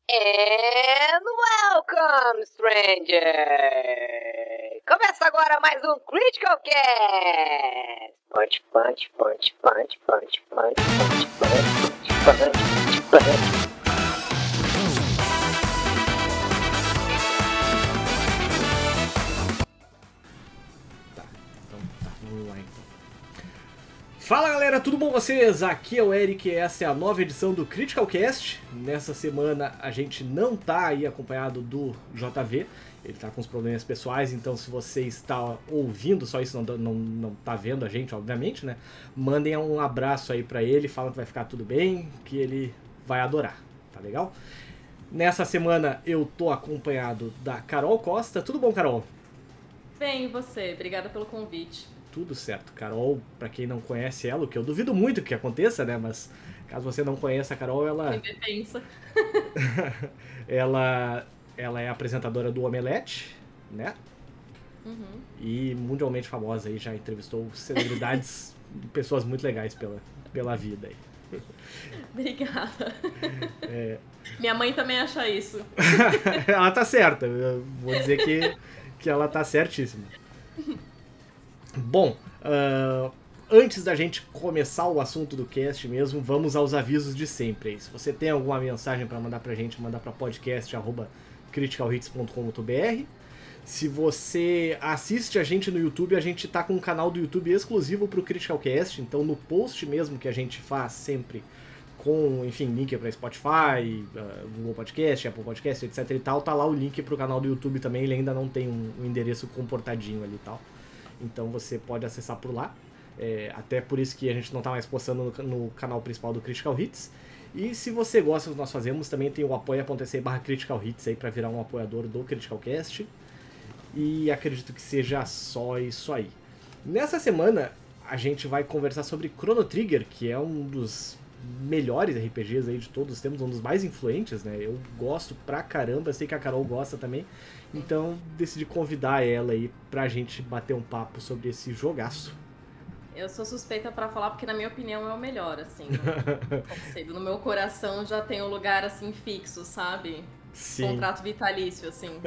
And welcome, stranger! Começa agora mais um Critical Cast! Punch, punch, punch, punch, punch, punch, punch, punch, punch, punch, punch. Vamos lá então. Fala galera, tudo bom com vocês? Aqui é o Eric e essa é a nova edição do Critical Cast. Nessa semana a gente não tá aí acompanhado do JV, ele tá com os problemas pessoais, então se você está ouvindo só isso, não tá vendo a gente, obviamente, né? Mandem um abraço aí pra ele, falam que vai ficar tudo bem, que ele vai adorar, tá legal? Nessa semana eu tô acompanhado da Carol Costa. Tudo bom, Carol? Bem, e você? Obrigada pelo convite. Tudo certo. Carol, pra quem não conhece ela, o que eu duvido muito que aconteça, né? Mas caso você não conheça a Carol, ela... Quem pensa. ela é apresentadora do Omelete, né? Uhum. E mundialmente famosa aí, já entrevistou celebridades, pessoas muito legais pela vida aí. Obrigada. Minha mãe também acha isso. Ela tá certa, eu vou dizer que ela tá certíssima. Bom, antes da gente começar o assunto do cast mesmo, vamos aos avisos de sempre. Se você tem alguma mensagem para mandar pra gente, manda pra podcast@criticalhits.com.br. Se você assiste a gente no YouTube, a gente tá com um canal do YouTube exclusivo pro Critical Cast, então no post mesmo que a gente faz sempre com, enfim, link para Spotify, Google Podcast, Apple Podcast, etc e tal, tá lá o link pro canal do YouTube também, ele ainda não tem um endereço comportadinho ali e tal. Então você pode acessar por lá. Até por isso que a gente não tá mais postando no canal principal do Critical Hits. E se você gosta do que nós fazemos, também tem o apoia.se/Critical Hits aí pra virar um apoiador do Critical Cast. E acredito que seja só isso aí. Nessa semana, a gente vai conversar sobre Chrono Trigger, que é um dos melhores RPGs aí de todos os tempos, um dos mais influentes, né? Eu gosto pra caramba, sei que a Carol gosta também. Então decidi convidar ela aí pra gente bater um papo sobre esse jogaço. Eu sou suspeita pra falar porque, na minha opinião, é o melhor, assim. No meu coração já tem um lugar, assim, fixo, sabe? Sim. Contrato vitalício, assim.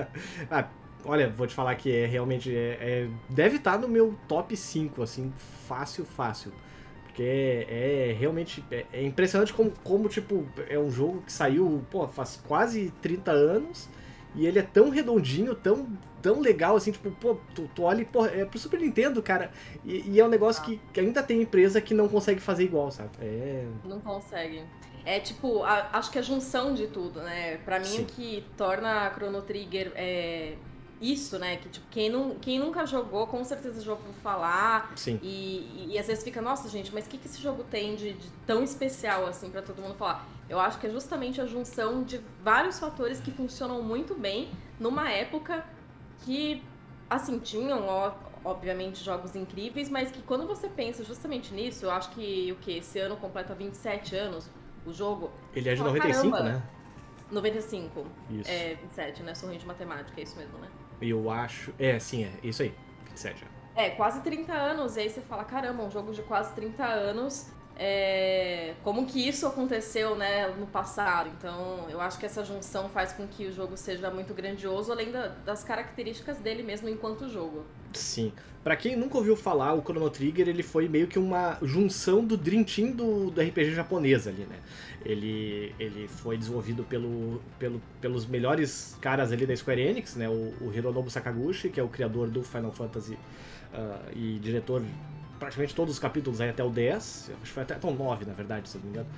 Olha, vou te falar que realmente deve estar no meu top 5, assim, fácil. Porque realmente é impressionante como, tipo, é um jogo que saiu, faz quase 30 anos e ele é tão redondinho, tão legal, assim, tipo, tu olha e, é pro Super Nintendo, cara, e é um negócio que ainda tem empresa que não consegue fazer igual, sabe? Não consegue. É tipo, acho que a junção de tudo, né? Pra mim, Sim. O que torna a Chrono Trigger isso, né? Que tipo, quem nunca jogou, com certeza já ouviu falar. Sim. E às vezes fica, nossa, gente, mas o que esse jogo tem de tão especial, assim, pra todo mundo falar? Eu acho que é justamente a junção de vários fatores que funcionam muito bem numa época que, assim, tinham, obviamente, jogos incríveis, mas que quando você pensa justamente nisso, eu acho que esse ano completa 27 anos, o jogo. Ele é de 95, caramba, né? 95. Isso. 27, né? Sou ruim de matemática, é isso mesmo, né? Eu acho... sim, é isso aí. 27. Quase 30 anos. E aí você fala, caramba, um jogo de quase 30 anos. Como que isso aconteceu, né, no passado? Então, eu acho que essa junção faz com que o jogo seja muito grandioso, além das características dele mesmo enquanto jogo. Sim. Pra quem nunca ouviu falar, o Chrono Trigger, ele foi meio que uma junção do Dream Team do RPG japonês ali, né? Ele foi desenvolvido pelos melhores caras ali da Square Enix, né? O Hironobu Sakaguchi, que é o criador do Final Fantasy e diretor praticamente todos os capítulos aí até o 10, acho que foi até o 9, na verdade, se eu não me engano.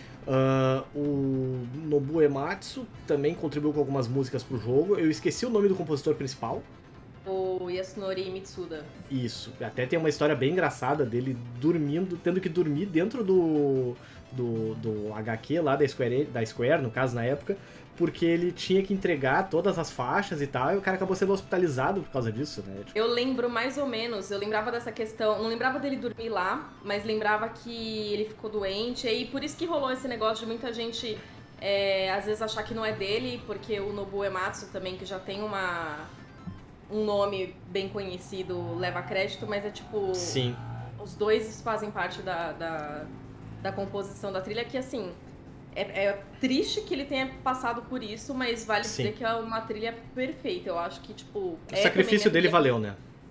O Nobuo Ematsu também contribuiu com algumas músicas pro jogo. Eu esqueci o nome do compositor principal. O Yasunori Mitsuda. Isso, até tem uma história bem engraçada dele tendo que dormir dentro do HQ lá da Square, no caso, na época, porque ele tinha que entregar todas as faixas e tal, e o cara acabou sendo hospitalizado por causa disso, né? Eu lembro mais ou menos, eu lembrava dessa questão, não lembrava dele dormir lá, mas lembrava que ele ficou doente, e por isso que rolou esse negócio de muita gente, às vezes achar que não é dele, porque o Nobuo Ematsu também, que já tem um nome bem conhecido, leva crédito, mas é tipo... Sim. Os dois fazem parte da composição da trilha, que assim... É triste que ele tenha passado por isso, mas vale Sim. dizer que é uma trilha perfeita. Eu acho que, tipo... O é sacrifício também dele minha trilha. valeu, né?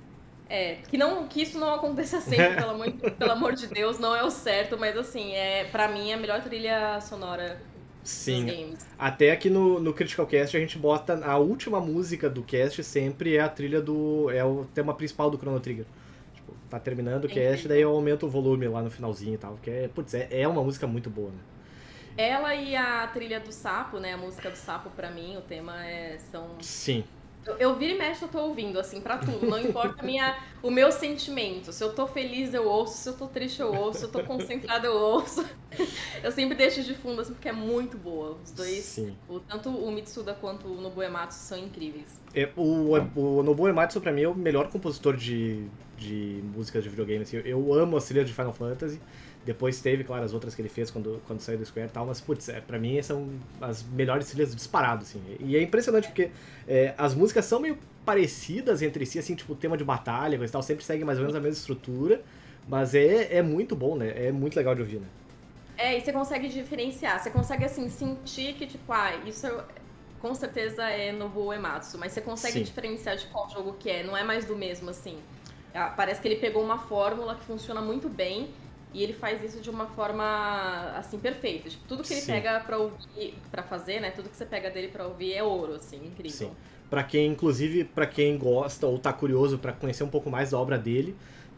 Que isso não aconteça sempre, pelo amor de Deus, não é o certo, mas assim, pra mim é a melhor trilha sonora dos Sim. games. Até aqui no Critical Cast a gente bota a última música do cast sempre é a trilha é o tema principal do Chrono Trigger. Tipo, tá terminando o cast, incrível. daí eu aumento o volume lá no finalzinho e tal, porque putz, é uma música muito boa, né? Ela e a trilha do sapo, né? A música do sapo, pra mim, o tema são... Sim. Eu viro e mexo, eu tô ouvindo, assim, pra tudo. Não importa o meu sentimento. Se eu tô feliz, eu ouço. Se eu tô triste, eu ouço. Se eu tô concentrada, eu ouço. Eu sempre deixo de fundo, assim, porque é muito boa. Os dois, Sim. tanto o Mitsuda quanto o Nobuo Ematsu são incríveis. O Nobuo Ematsu pra mim é o melhor compositor de músicas de videogame. Assim, eu amo as trilhas de Final Fantasy. Depois teve, claro, as outras que ele fez quando saiu do Square e tal, mas, putz, pra mim são as melhores trilhas disparado, assim. E é impressionante porque as músicas são meio parecidas entre si, assim, tipo, tema de batalha, coisa e tal, sempre segue mais ou menos a mesma estrutura, mas é muito bom, né? É muito legal de ouvir, né? E você consegue diferenciar, você consegue, assim, sentir que, tipo, isso com certeza é Nobuo Ematsu, mas você consegue Sim. diferenciar de qual jogo que é, não é mais do mesmo, assim. Parece que ele pegou uma fórmula que funciona muito bem e ele faz isso de uma forma, assim, perfeita. Tipo, tudo que ele Sim. pega pra ouvir, pra fazer, né, tudo que você pega dele pra ouvir é ouro, assim, incrível. Sim. Inclusive, pra quem gosta ou tá curioso pra conhecer um pouco mais da obra dele,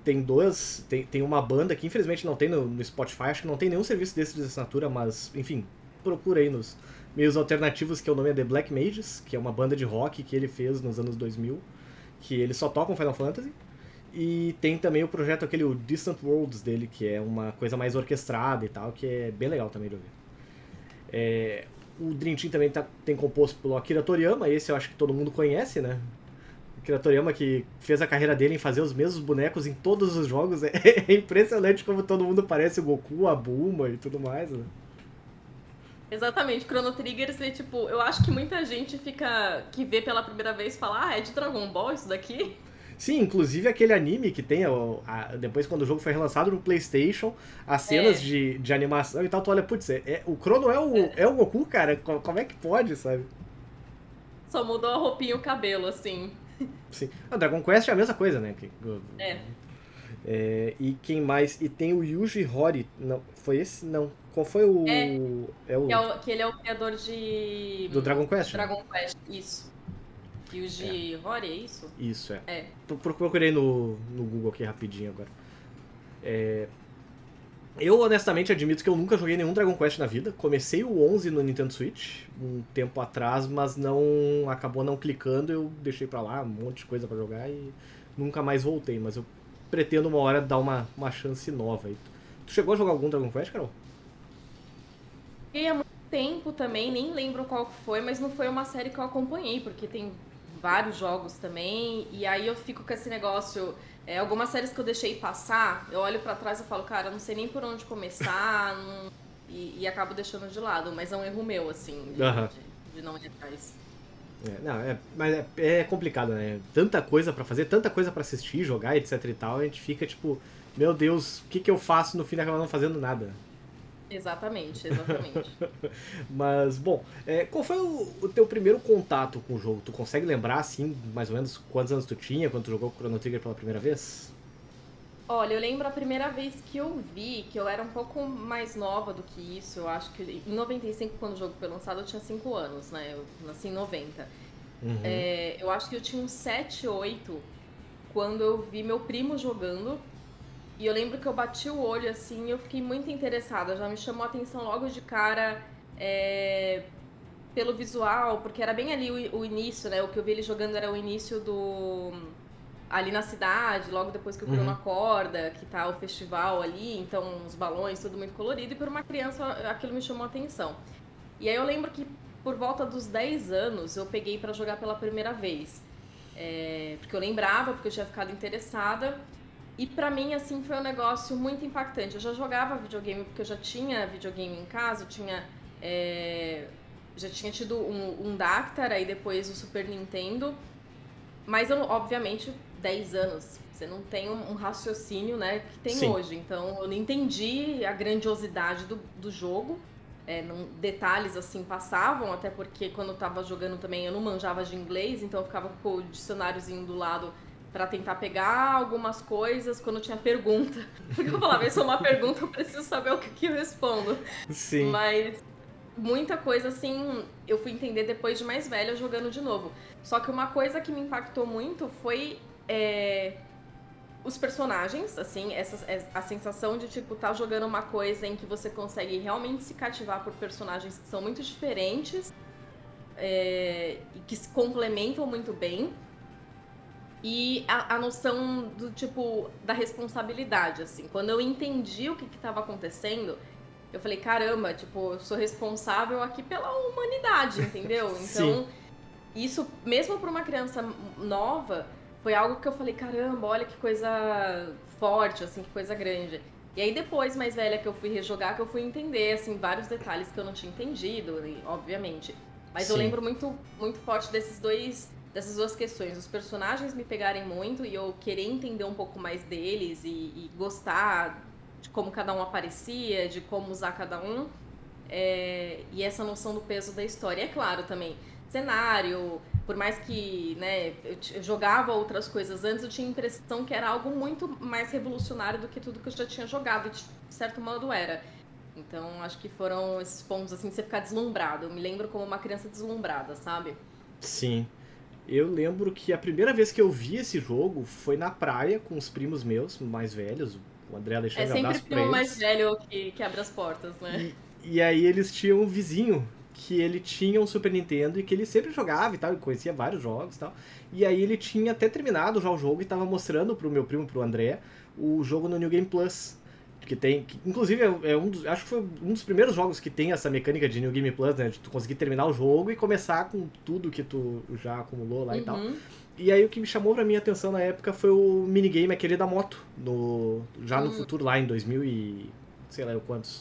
tem uma banda que infelizmente não tem no Spotify, acho que não tem nenhum serviço desse de assinatura, mas enfim, procura aí nos meios alternativos, que o nome é The Black Mages, que é uma banda de rock que ele fez nos anos 2000, que eles só tocam Final Fantasy. E tem também o projeto aquele o Distant Worlds dele, que é uma coisa mais orquestrada e tal, que é bem legal também de ouvir. O Dream Team também tem composto pelo Akira Toriyama, esse eu acho que todo mundo conhece, né? Akira Toriyama, que fez a carreira dele em fazer os mesmos bonecos em todos os jogos. É impressionante como todo mundo parece o Goku, a Bulma e tudo mais, né? Exatamente, Chrono Trigger, tipo, eu acho que muita gente que vê pela primeira vez fala, é de Dragon Ball isso daqui? Sim, inclusive aquele anime que tem, depois quando o jogo foi relançado no PlayStation, as cenas de animação e tal, tu olha, putz, o Chrono é o Goku, cara? Como é que pode, sabe? Só mudou a roupinha e o cabelo, assim. Sim. A Dragon Quest é a mesma coisa, né? E quem mais? E tem o Yuji Horii. Não, foi esse? Não. Qual foi o... Que ele é o criador de... Do Dragon Quest? Dragon Quest, isso. Yuji Horii, é isso? Isso, É. Procurei no Google aqui rapidinho agora. Eu honestamente admito que eu nunca joguei nenhum Dragon Quest na vida. Comecei o 11 no Nintendo Switch um tempo atrás, mas acabou não clicando. Eu deixei pra lá, um monte de coisa pra jogar e nunca mais voltei. Mas eu pretendo uma hora dar uma chance nova. Tu chegou a jogar algum Dragon Quest, Carol? Joguei há muito tempo também, nem lembro qual que foi, mas não foi uma série que eu acompanhei, porque tem vários jogos também, e aí eu fico com esse negócio, algumas séries que eu deixei passar, eu olho pra trás e falo, cara, eu não sei nem por onde começar, e acabo deixando de lado, mas é um erro meu, assim, de não ir atrás. Mas é complicado, né? Tanta coisa pra fazer, tanta coisa pra assistir, jogar, etc e tal, a gente fica tipo, meu Deus, o que eu faço no fim e acaba não fazendo nada? Exatamente. Mas, bom, qual foi o teu primeiro contato com o jogo? Tu consegue lembrar, assim, mais ou menos quantos anos tu tinha quando tu jogou Chrono Trigger pela primeira vez? Olha, eu lembro a primeira vez que eu vi, que eu era um pouco mais nova do que isso, eu acho que em 95, quando o jogo foi lançado, eu tinha 5 anos, né? Eu nasci em 90. Uhum. Eu acho que eu tinha uns 7, 8, quando eu vi meu primo jogando. E eu lembro que eu bati o olho, assim, e eu fiquei muito interessada. Já me chamou a atenção logo de cara pelo visual, porque era bem ali o início, né? O que eu vi ele jogando era o início ali na cidade, logo depois que o Chrono acorda, que tá o festival ali, então os balões, tudo muito colorido. E por uma criança, aquilo me chamou a atenção. E aí eu lembro que por volta dos 10 anos, eu peguei pra jogar pela primeira vez. Porque eu lembrava, porque eu tinha ficado interessada. E pra mim, assim, foi um negócio muito impactante. Eu já jogava videogame, porque eu já tinha videogame em casa, já tinha tido um Dactar, aí depois o Super Nintendo. Mas, obviamente, 10 anos, você não tem um raciocínio, né, que tem Sim. hoje. Então, eu não entendi a grandiosidade do jogo. detalhes assim passavam, até porque quando eu tava jogando também eu não manjava de inglês, então eu ficava com o dicionáriozinho do lado pra tentar pegar algumas coisas quando tinha pergunta. Porque eu falava, se é uma pergunta eu preciso saber o que eu respondo. Sim. Mas muita coisa assim eu fui entender depois de mais velha jogando de novo. Só que uma coisa que me impactou muito foi os personagens, assim, a sensação de, tipo, tá jogando uma coisa em que você consegue realmente se cativar por personagens que são muito diferentes e que se complementam muito bem. E a noção do, tipo, da responsabilidade, assim. Quando eu entendi o que tava acontecendo, eu falei, caramba, tipo, eu sou responsável aqui pela humanidade, entendeu? Então, isso, mesmo pra uma criança nova, foi algo que eu falei, caramba, olha que coisa forte, assim, que coisa grande. E aí depois, mais velha, que eu fui rejogar, que eu fui entender, assim, vários detalhes que eu não tinha entendido, obviamente. Mas eu lembro muito, muito forte dessas duas questões. Os personagens me pegarem muito e eu querer entender um pouco mais deles e gostar de como cada um aparecia, de como usar cada um. E essa noção do peso da história. E é claro também, cenário, por mais que, né, eu jogava outras coisas antes, eu tinha a impressão que era algo muito mais revolucionário do que tudo que eu já tinha jogado, e de certo modo era. Então, acho que foram esses pontos, assim, de você ficar deslumbrado. Eu me lembro como uma criança deslumbrada, sabe? Sim. Eu lembro que a primeira vez que eu vi esse jogo foi na praia com os primos meus, mais velhos, o André Alexandre, sempre abraço o pra primo eles. mais velho que abre as portas, né? E aí eles tinham um vizinho que ele tinha um Super Nintendo e que ele sempre jogava e tal, e conhecia vários jogos e tal. E aí ele tinha até terminado já o jogo e tava mostrando pro meu primo, pro André, o jogo no New Game Plus. Que tem, inclusive acho que foi um dos primeiros jogos que tem essa mecânica de New Game Plus, né? De tu conseguir terminar o jogo e começar com tudo que tu já acumulou lá e tal. E aí o que me chamou pra minha atenção na época foi o minigame aquele da moto, já no futuro, lá em 2000 e sei lá eu quantos.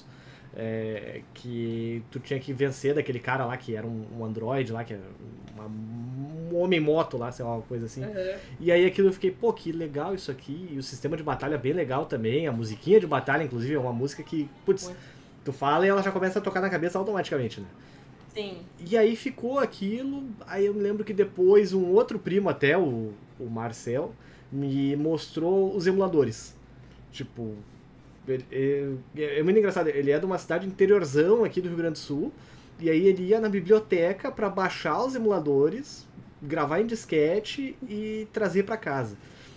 Que tu tinha que vencer daquele cara lá que era um androide lá, que era um homem-moto lá, sei lá, uma coisa assim. E aí aquilo eu fiquei, pô, que legal isso aqui. E o sistema de batalha é bem legal também. A musiquinha de batalha, inclusive, é uma música que, putz, tu fala e ela já começa a tocar na cabeça automaticamente, né? Sim. E aí ficou aquilo. Aí eu me lembro que depois um outro primo até, o Marcel, me mostrou os emuladores. Tipo, é muito engraçado, ele é de uma cidade interiorzão aqui do Rio Grande do Sul, e aí ele ia na biblioteca pra baixar os emuladores, gravar em disquete e trazer pra casa.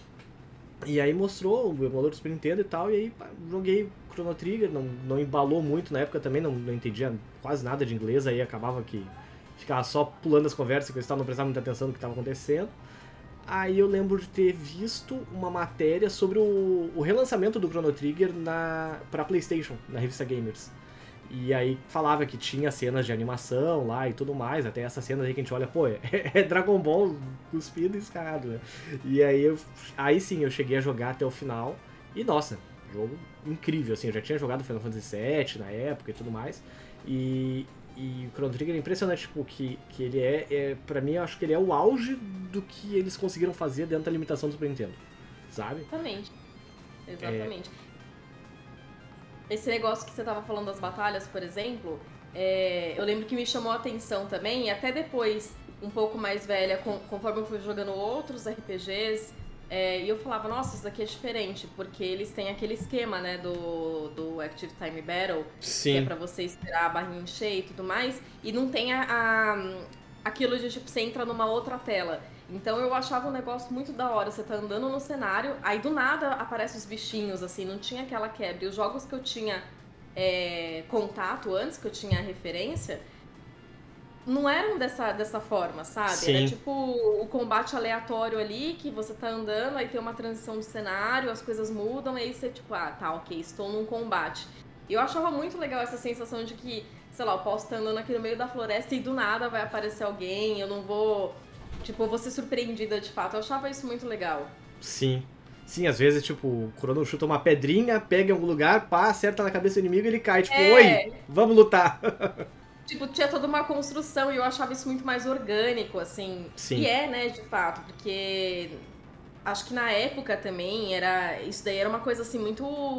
E aí mostrou o emulador do Super Nintendo e tal, e aí joguei Chrono Trigger, não embalou muito na época também, não entendia quase nada de inglês, aí acabava que ficava só pulando as conversas, que eu não prestava muita atenção no que estava acontecendo. Aí eu lembro de ter visto uma matéria sobre o relançamento do Chrono Trigger pra PlayStation, na revista Gamers. E aí falava que tinha cenas de animação lá e tudo mais, até essas cenas aí que a gente olha, pô, é Dragon Ball cuspido e escarrado, né? E aí sim, eu cheguei a jogar até o final, e nossa, jogo incrível, assim, eu já tinha jogado Final Fantasy VII na época e tudo mais, e o Chrono Trigger é impressionante, tipo, que ele pra mim, eu acho que ele é o auge do que eles conseguiram fazer dentro da limitação do Super Nintendo, sabe? Exatamente. Esse negócio que você tava falando das batalhas, por exemplo, eu lembro que me chamou a atenção também, e até depois, um pouco mais velha, conforme eu fui jogando outros RPGs, e eu falava, nossa, isso daqui é diferente, porque eles têm aquele esquema, né, do Active Time Battle, Sim. que é pra você esperar a barrinha encher e tudo mais, e não tem aquilo de, tipo, você entra numa outra tela. Então eu achava um negócio muito da hora, você tá andando no cenário, aí do nada aparecem os bichinhos, assim, não tinha aquela quebra. E os jogos que eu tinha contato antes, que eu tinha referência, não eram dessa forma, sabe? Sim. Era tipo o combate aleatório ali, que você tá andando, aí tem uma transição de cenário, as coisas mudam, e aí você, tipo, tá, ok, estou num combate. E eu achava muito legal essa sensação de que, sei lá, eu posso estar andando aqui no meio da floresta e do nada vai aparecer alguém, eu não vou... Tipo, eu vou ser surpreendida de fato. Eu achava isso muito legal. Sim. Sim, às vezes, tipo, o Crono chuta uma pedrinha, pega em algum lugar, pá, acerta na cabeça do inimigo e ele cai. Tipo, oi, vamos lutar. Tipo, tinha toda uma construção e eu achava isso muito mais orgânico, assim. Sim. E né, de fato, porque acho que na época também isso daí era uma coisa, assim, muito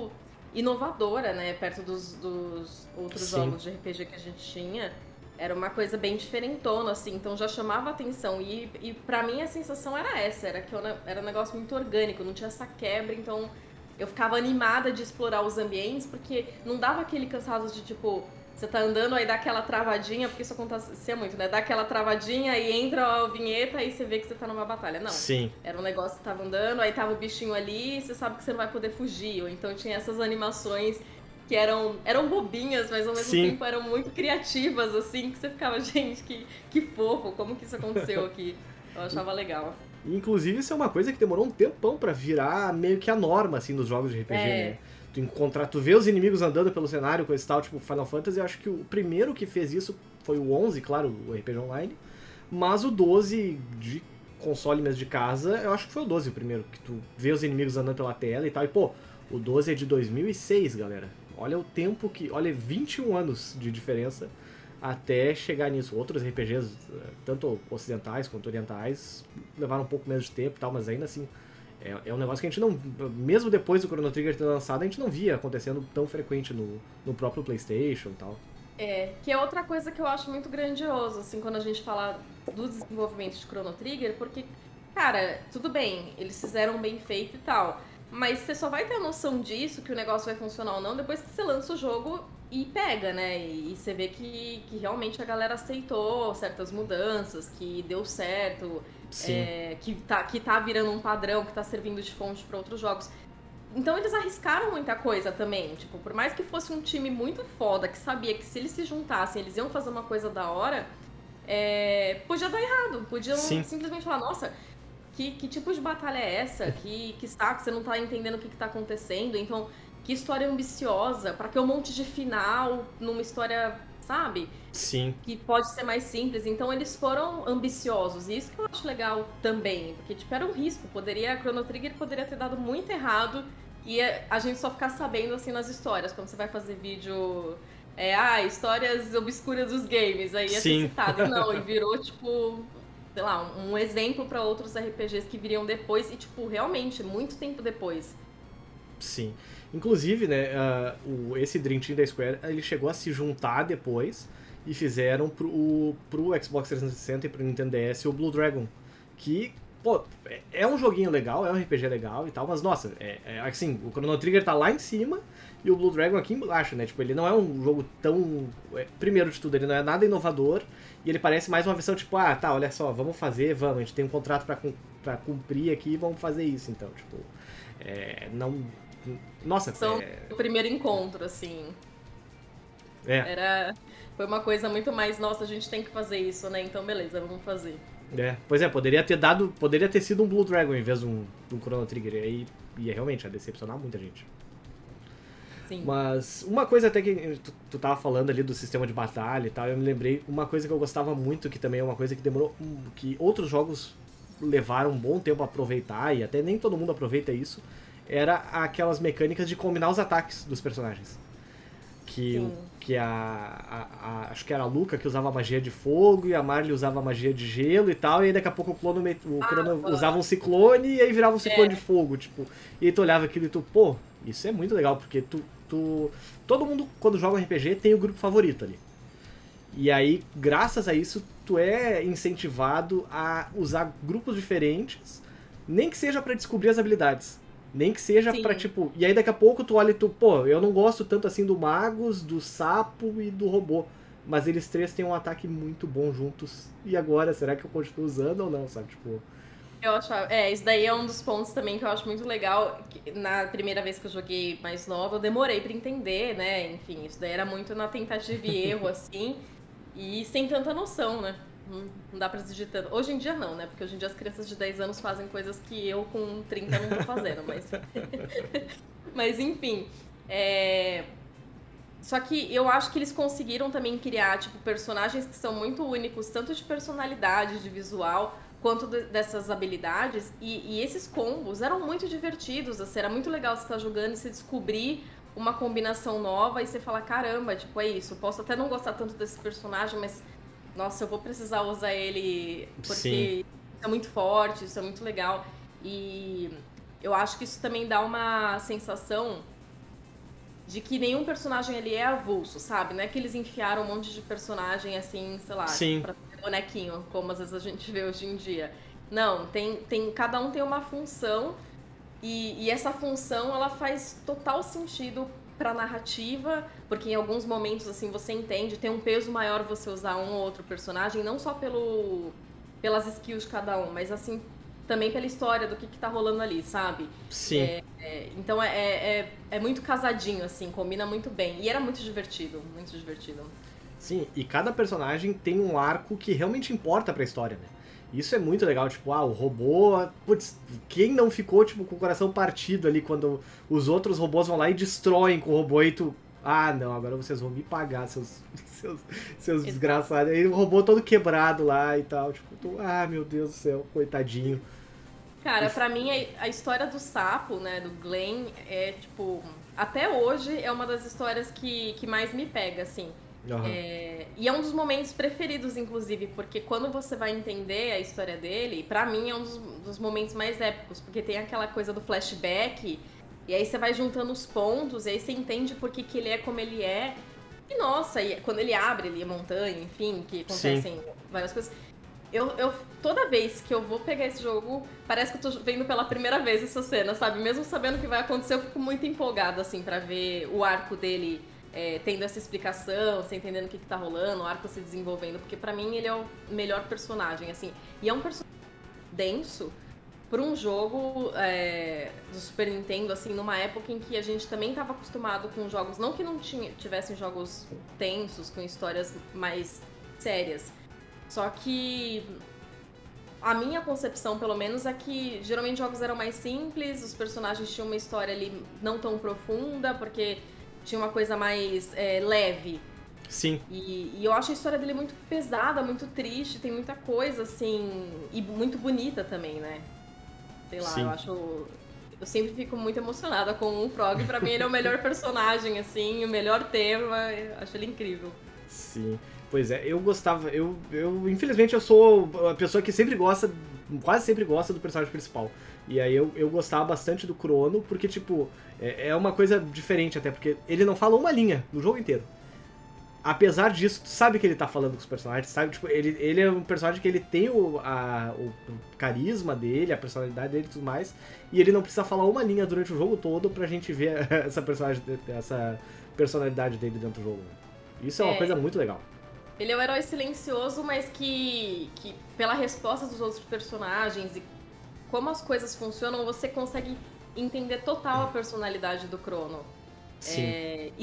inovadora, né? Perto dos outros Sim. jogos de RPG que a gente tinha. Era uma coisa bem diferentona, assim, então já chamava atenção. E pra mim a sensação era essa, era que era um negócio muito orgânico, não tinha essa quebra, então eu ficava animada de explorar os ambientes, porque não dava aquele cansaço de, tipo, você tá andando, aí dá aquela travadinha, porque isso acontecia muito, né? Dá aquela travadinha e entra a vinheta e você vê que você tá numa batalha. Não. Sim. Era um negócio que tava andando, aí tava o bichinho ali e você sabe que você não vai poder fugir. Ou então tinha essas animações que eram bobinhas, mas ao mesmo tempo eram muito criativas, assim, que você ficava, gente, que fofo, como que isso aconteceu aqui? Eu achava legal. Inclusive, isso é uma coisa que demorou um tempão pra virar meio que a norma, assim, dos jogos de RPG, né? Tu vê os inimigos andando pelo cenário, coisa e tal, tipo Final Fantasy, eu acho que o primeiro que fez isso foi o 11, claro, o RPG Online, mas o 12 de console mesmo de casa, eu acho que foi o 12 o primeiro, que tu vê os inimigos andando pela tela e tal, e pô, o 12 é de 2006, galera. Olha o tempo que... Olha, 21 anos de diferença até chegar nisso. Outros RPGs, tanto ocidentais quanto orientais, levaram um pouco menos de tempo e tal, mas ainda assim, é um negócio que a gente não... Mesmo depois do Chrono Trigger ter lançado, a gente não via acontecendo tão frequente no próprio PlayStation e tal. Que é outra coisa que eu acho muito grandioso, assim, quando a gente fala do desenvolvimento de Chrono Trigger, porque, cara, tudo bem, eles fizeram bem feito e tal, mas você só vai ter a noção disso, que o negócio vai funcionar ou não, depois que você lança o jogo e pega, né? E você vê que realmente a galera aceitou certas mudanças, que deu certo, que tá virando um padrão, que tá servindo de fonte para outros jogos. Então eles arriscaram muita coisa também, tipo, por mais que fosse um time muito foda, que sabia que se eles se juntassem, eles iam fazer uma coisa da hora, podia dar errado, podiam simplesmente falar, nossa, que tipo de batalha é essa? Que saco, você não tá entendendo o que tá acontecendo, então, que história ambiciosa, pra que um monte de final numa história, sabe? Sim. Que pode ser mais simples, então eles foram ambiciosos, e isso que eu acho legal também, porque tipo, era um risco, a Chrono Trigger poderia ter dado muito errado, e a gente só ficar sabendo assim nas histórias, quando você vai fazer vídeo, histórias obscuras dos games, aí ia ser citado, e não, e virou tipo, sei lá, um exemplo pra outros RPGs que viriam depois, e tipo, realmente, muito tempo depois. Sim. Inclusive, né, esse Dream Team da Square, ele chegou a se juntar depois e fizeram pro Xbox 360 e pro Nintendo DS o Blue Dragon, que, pô, é um joguinho legal, é um RPG legal e tal, mas, nossa, assim, o Chrono Trigger tá lá em cima e o Blue Dragon aqui embaixo, né, tipo, ele não é um jogo tão... primeiro de tudo, ele não é nada inovador e ele parece mais uma versão, tipo, tá, olha só, vamos, a gente tem um contrato pra cumprir aqui, vamos fazer isso, então, tipo, não... Nossa, o primeiro encontro, assim. Foi uma coisa muito mais, nossa, a gente tem que fazer isso, né? Então, beleza, vamos fazer. Pois poderia ter sido um Blue Dragon em vez de um Chrono Trigger. E aí ia realmente decepcionar muita gente. Sim. Mas uma coisa até que tu tava falando ali do sistema de batalha e tal, eu me lembrei, uma coisa que eu gostava muito, que também é uma coisa que demorou, que outros jogos levaram um bom tempo a aproveitar, e até nem todo mundo aproveita isso, era aquelas mecânicas de combinar os ataques dos personagens. Que acho que era a Luca que usava magia de fogo e a Marley usava magia de gelo e tal, e aí daqui a pouco o Crono usava um ciclone e aí virava um ciclone de fogo, tipo. E aí tu olhava aquilo e tu, pô, isso é muito legal, porque todo mundo quando joga um RPG tem o grupo favorito ali. E aí, graças a isso, tu é incentivado a usar grupos diferentes, nem que seja pra descobrir as habilidades. Nem que seja pra, tipo... E aí daqui a pouco tu olha e tu... Pô, eu não gosto tanto assim do Magus, do Sapo e do Robô. Mas eles três têm um ataque muito bom juntos. E agora, será que eu continuo usando ou não, sabe? Tipo... Eu acho... isso daí é um dos pontos também que eu acho muito legal. Na primeira vez que eu joguei mais nova, eu demorei pra entender, né? Enfim, isso daí era muito na tentativa e erro, assim. E sem tanta noção, né? Não dá pra exigir tanto. Hoje em dia não, né? Porque hoje em dia as crianças de 10 anos fazem coisas que eu com 30 não tô fazendo, mas... mas enfim. Só que eu acho que eles conseguiram também criar, tipo, personagens que são muito únicos, tanto de personalidade, de visual, quanto dessas habilidades. E esses combos eram muito divertidos, assim, era muito legal você estar jogando e você descobrir uma combinação nova e você falar, caramba, tipo, é isso, eu posso até não gostar tanto desse personagem, mas... Nossa, eu vou precisar usar ele porque isso é muito forte, isso é muito legal. E eu acho que isso também dá uma sensação de que nenhum personagem ali é avulso, sabe? Não é que eles enfiaram um monte de personagem assim, sei lá, Sim. pra fazer bonequinho, como às vezes a gente vê hoje em dia. Não, cada um tem uma função e essa função ela faz total sentido pra narrativa, porque em alguns momentos assim você entende, tem um peso maior você usar um ou outro personagem, não só pelas skills de cada um, mas assim também pela história do que tá rolando ali, sabe? Sim. Então é muito casadinho, assim, combina muito bem. E era muito divertido, muito divertido. Sim, e cada personagem tem um arco que realmente importa pra história, né? Isso é muito legal, tipo, o robô... Putz, quem não ficou, tipo, com o coração partido ali quando os outros robôs vão lá e destroem com o robô e tu... Ah, não, agora vocês vão me pagar, seus desgraçados. Aí o robô todo quebrado lá e tal, tipo, meu Deus do céu, coitadinho. Cara, pra mim a história do sapo, né, do Glenn, é, tipo... Até hoje é uma das histórias que mais me pega, assim. Uhum. E é um dos momentos preferidos, inclusive, porque quando você vai entender a história dele, pra mim é um dos momentos mais épicos, porque tem aquela coisa do flashback, e aí você vai juntando os pontos, e aí você entende por que ele é como ele é. E nossa, quando ele abre ali a montanha, enfim, que acontecem várias coisas. Eu toda vez que eu vou pegar esse jogo, parece que eu tô vendo pela primeira vez essa cena, sabe? Mesmo sabendo o que vai acontecer, eu fico muito empolgada, assim, pra ver o arco dele tendo essa explicação, você entendendo o que tá rolando, o arco se desenvolvendo, porque pra mim ele é o melhor personagem, assim. E é um personagem denso pra um jogo do Super Nintendo, assim, numa época em que a gente também tava acostumado com jogos, não que não tivessem jogos tensos, com histórias mais sérias, só que a minha concepção, pelo menos, é que geralmente jogos eram mais simples, os personagens tinham uma história ali não tão profunda, porque tinha uma coisa mais leve. Sim. E eu acho a história dele muito pesada, muito triste, tem muita coisa, assim, e muito bonita também, né? Sei lá, Sim. Eu sempre fico muito emocionada com o Frog, pra mim ele é o melhor personagem, assim, o melhor tema, eu acho ele incrível. Sim. Pois é, eu gostava, infelizmente eu sou a pessoa que quase sempre gosta do personagem principal. E aí eu gostava bastante do Crono, porque tipo, é uma coisa diferente até, porque ele não fala uma linha no jogo inteiro. Apesar disso, tu sabe que ele tá falando com os personagens, sabe? Tipo, ele é um personagem que ele tem o carisma dele, a personalidade dele e tudo mais, e ele não precisa falar uma linha durante o jogo todo pra gente ver essa personalidade dele dentro do jogo. Isso é uma coisa muito legal. Ele é um herói silencioso, mas que pela resposta dos outros personagens e como as coisas funcionam, você consegue entender total a personalidade do Crono. Sim.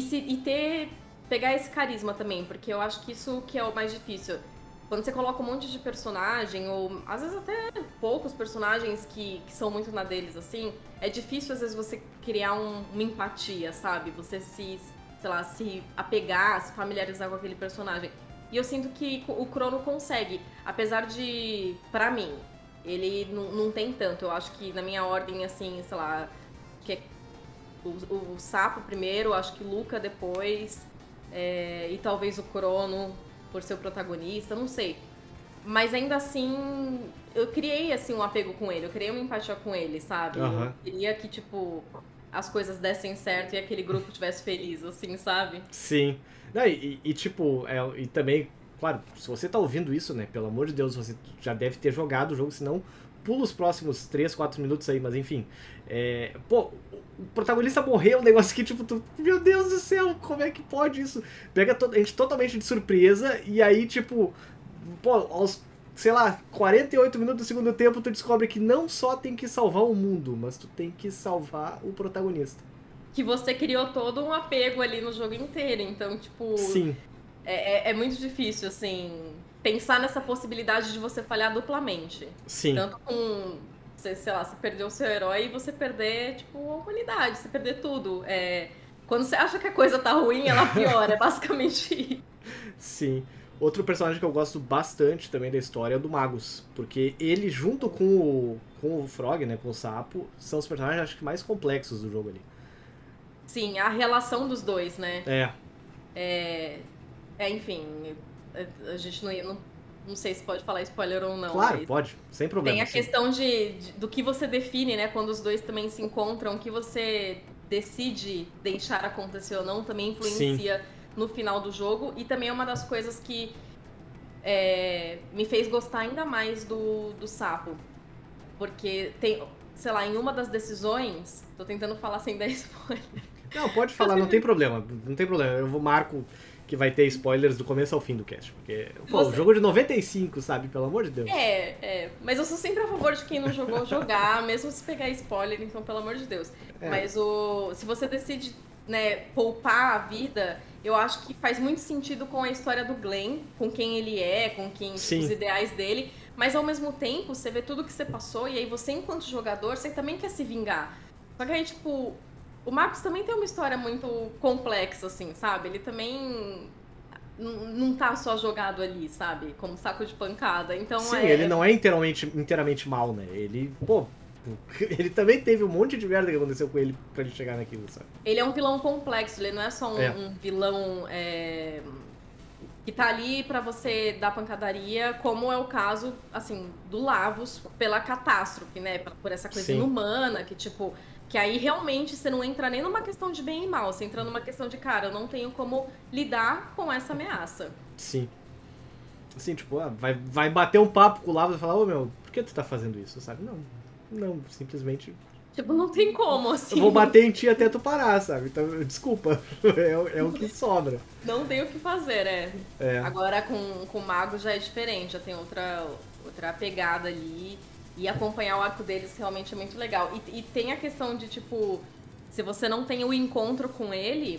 Pegar esse carisma também, porque eu acho que isso que é o mais difícil. Quando você coloca um monte de personagem, ou às vezes até poucos personagens que são muito na deles, assim, é difícil às vezes você criar uma empatia, sabe? Você se apegar, se familiarizar com aquele personagem. E eu sinto que o Crono consegue, apesar de, pra mim, ele não tem tanto. Eu acho que na minha ordem, assim, sei lá, que é o Sapo primeiro, acho que Luca depois, e talvez o Crono por ser o protagonista, não sei. Mas ainda assim, eu criei, assim, um apego com ele, eu criei uma empatia com ele, sabe? Uhum. Eu queria que, tipo, as coisas dessem certo e aquele grupo estivesse feliz, assim, sabe? Sim. Tipo, e também, claro, se você tá ouvindo isso, né, pelo amor de Deus, você já deve ter jogado o jogo, senão pula os próximos 3, 4 minutos aí, mas enfim. O protagonista morreu, um negócio que, tipo, meu Deus do céu, como é que pode isso? Pega a gente totalmente de surpresa e aí, tipo, aos, sei lá, 48 minutos do segundo tempo, tu descobre que não só tem que salvar o mundo, mas tu tem que salvar o protagonista. Que você criou todo um apego ali no jogo inteiro, então, tipo... Sim. É muito difícil, assim, pensar nessa possibilidade de você falhar duplamente. Sim. Tanto com, sei lá, você perder o seu herói e você perder, tipo, a humanidade, você perder tudo. Quando você acha que a coisa tá ruim, ela piora, é basicamente isso. Sim. Outro personagem que eu gosto bastante também da história é o do Magus, porque ele, junto com o Frog, né, com o Sapo, são os personagens, acho que, mais complexos do jogo ali. Sim, a relação dos dois, né? Enfim, a gente não sei se pode falar spoiler ou não. Claro, pode, sem problema. Tem a questão do que você define, né, quando os dois também se encontram, o que você decide deixar acontecer ou não também influencia no final do jogo. E também é uma das coisas que me fez gostar ainda mais do sapo. Porque tem, sei lá, em uma das decisões... Tô tentando falar sem dar spoiler. Não, pode falar, não tem problema. Não tem problema. Eu marco que vai ter spoilers do começo ao fim do cast. Porque, pô, o jogo de 95, sabe? Pelo amor de Deus. Mas eu sou sempre a favor de quem não jogou jogar, mesmo se pegar spoiler, então pelo amor de Deus. Mas se você decide, né, poupar a vida, eu acho que faz muito sentido com a história do Glenn, com quem ele é, com quem os ideais dele. Mas ao mesmo tempo, você vê tudo que você passou e aí você, enquanto jogador, você também quer se vingar. Só que aí, tipo, o Marcos também tem uma história muito complexa, assim, sabe? Ele também não tá só jogado ali, sabe? Como saco de pancada. Então Sim, ele não é inteiramente mal, né? Ele, pô, ele também teve um monte de merda que aconteceu com ele pra ele chegar naquilo, sabe? Ele é um vilão complexo, ele não é só um vilão que tá ali pra você dar pancadaria, como é o caso, assim, do Lavos pela catástrofe, né? Por essa coisa inumana, que tipo... Que aí realmente você não entra nem numa questão de bem e mal, você entra numa questão de, cara, eu não tenho como lidar com essa ameaça. Sim. Assim, tipo, vai bater um papo com o Lavos e falar, ô meu, por que tu tá fazendo isso, sabe? Não, simplesmente... Tipo, não tem como, assim. Eu vou bater em ti até tu parar, sabe? Então, desculpa, é o que sobra. Não tem o que fazer, Agora com o Mago já é diferente, já tem outra pegada ali. E acompanhar o arco deles realmente é muito legal. E tem a questão de, tipo, se você não tem o encontro com ele,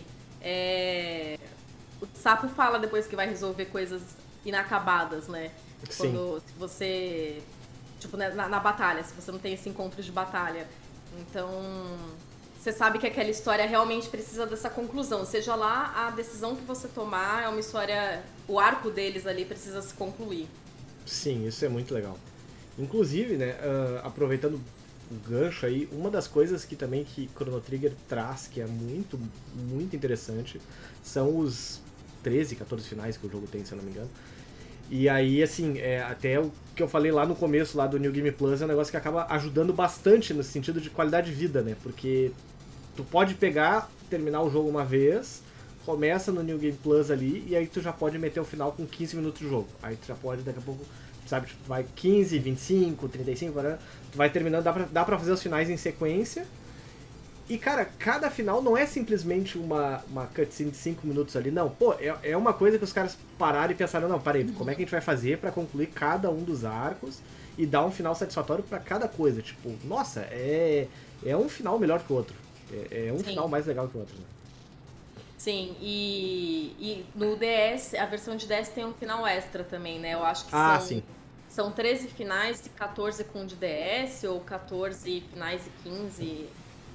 o sapo fala depois que vai resolver coisas inacabadas, né? Sim. Se você... Tipo, na batalha, se você não tem esse encontro de batalha. Então, você sabe que aquela história realmente precisa dessa conclusão. Seja lá a decisão que você tomar, é uma história... O arco deles ali precisa se concluir. Sim, isso é muito legal. Inclusive, né, aproveitando o gancho aí, uma das coisas que também que Chrono Trigger traz, que é muito, muito interessante, são os 13, 14 finais que o jogo tem, se eu não me engano. E aí, assim, até o que eu falei lá no começo, lá do New Game Plus, é um negócio que acaba ajudando bastante no sentido de qualidade de vida, né? Porque tu pode pegar, terminar o jogo uma vez, começa no New Game Plus ali, e aí tu já pode meter o final com 15 minutos de jogo. Aí tu já pode, daqui a pouco... Sabe, tipo, vai 15, 25, 35, tu vai terminando, dá pra fazer os finais em sequência. E, cara, cada final não é simplesmente uma cutscene de 5 minutos ali, não. Pô, é uma coisa que os caras pararam e pensaram, não, peraí, como é que a gente vai fazer pra concluir cada um dos arcos e dar um final satisfatório pra cada coisa? Tipo, nossa, é um final melhor que o outro. É um final mais legal que o outro, né? Sim, e no DS, a versão de DS tem um final extra também, né? Eu acho que são 13 finais e 14 com de DS, ou 14 finais e 15.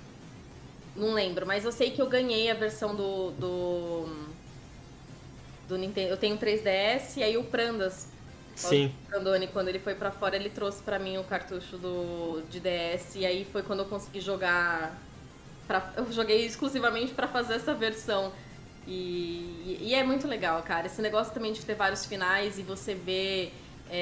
Não lembro, mas eu sei que eu ganhei a versão do Nintendo. Eu tenho 3DS e aí o Prandas. Sim. O Prandoni, quando ele foi pra fora, ele trouxe pra mim o cartucho de DS, e aí foi quando eu consegui jogar. Eu joguei exclusivamente pra fazer essa versão. E é muito legal, cara. Esse negócio também de ter vários finais e você ver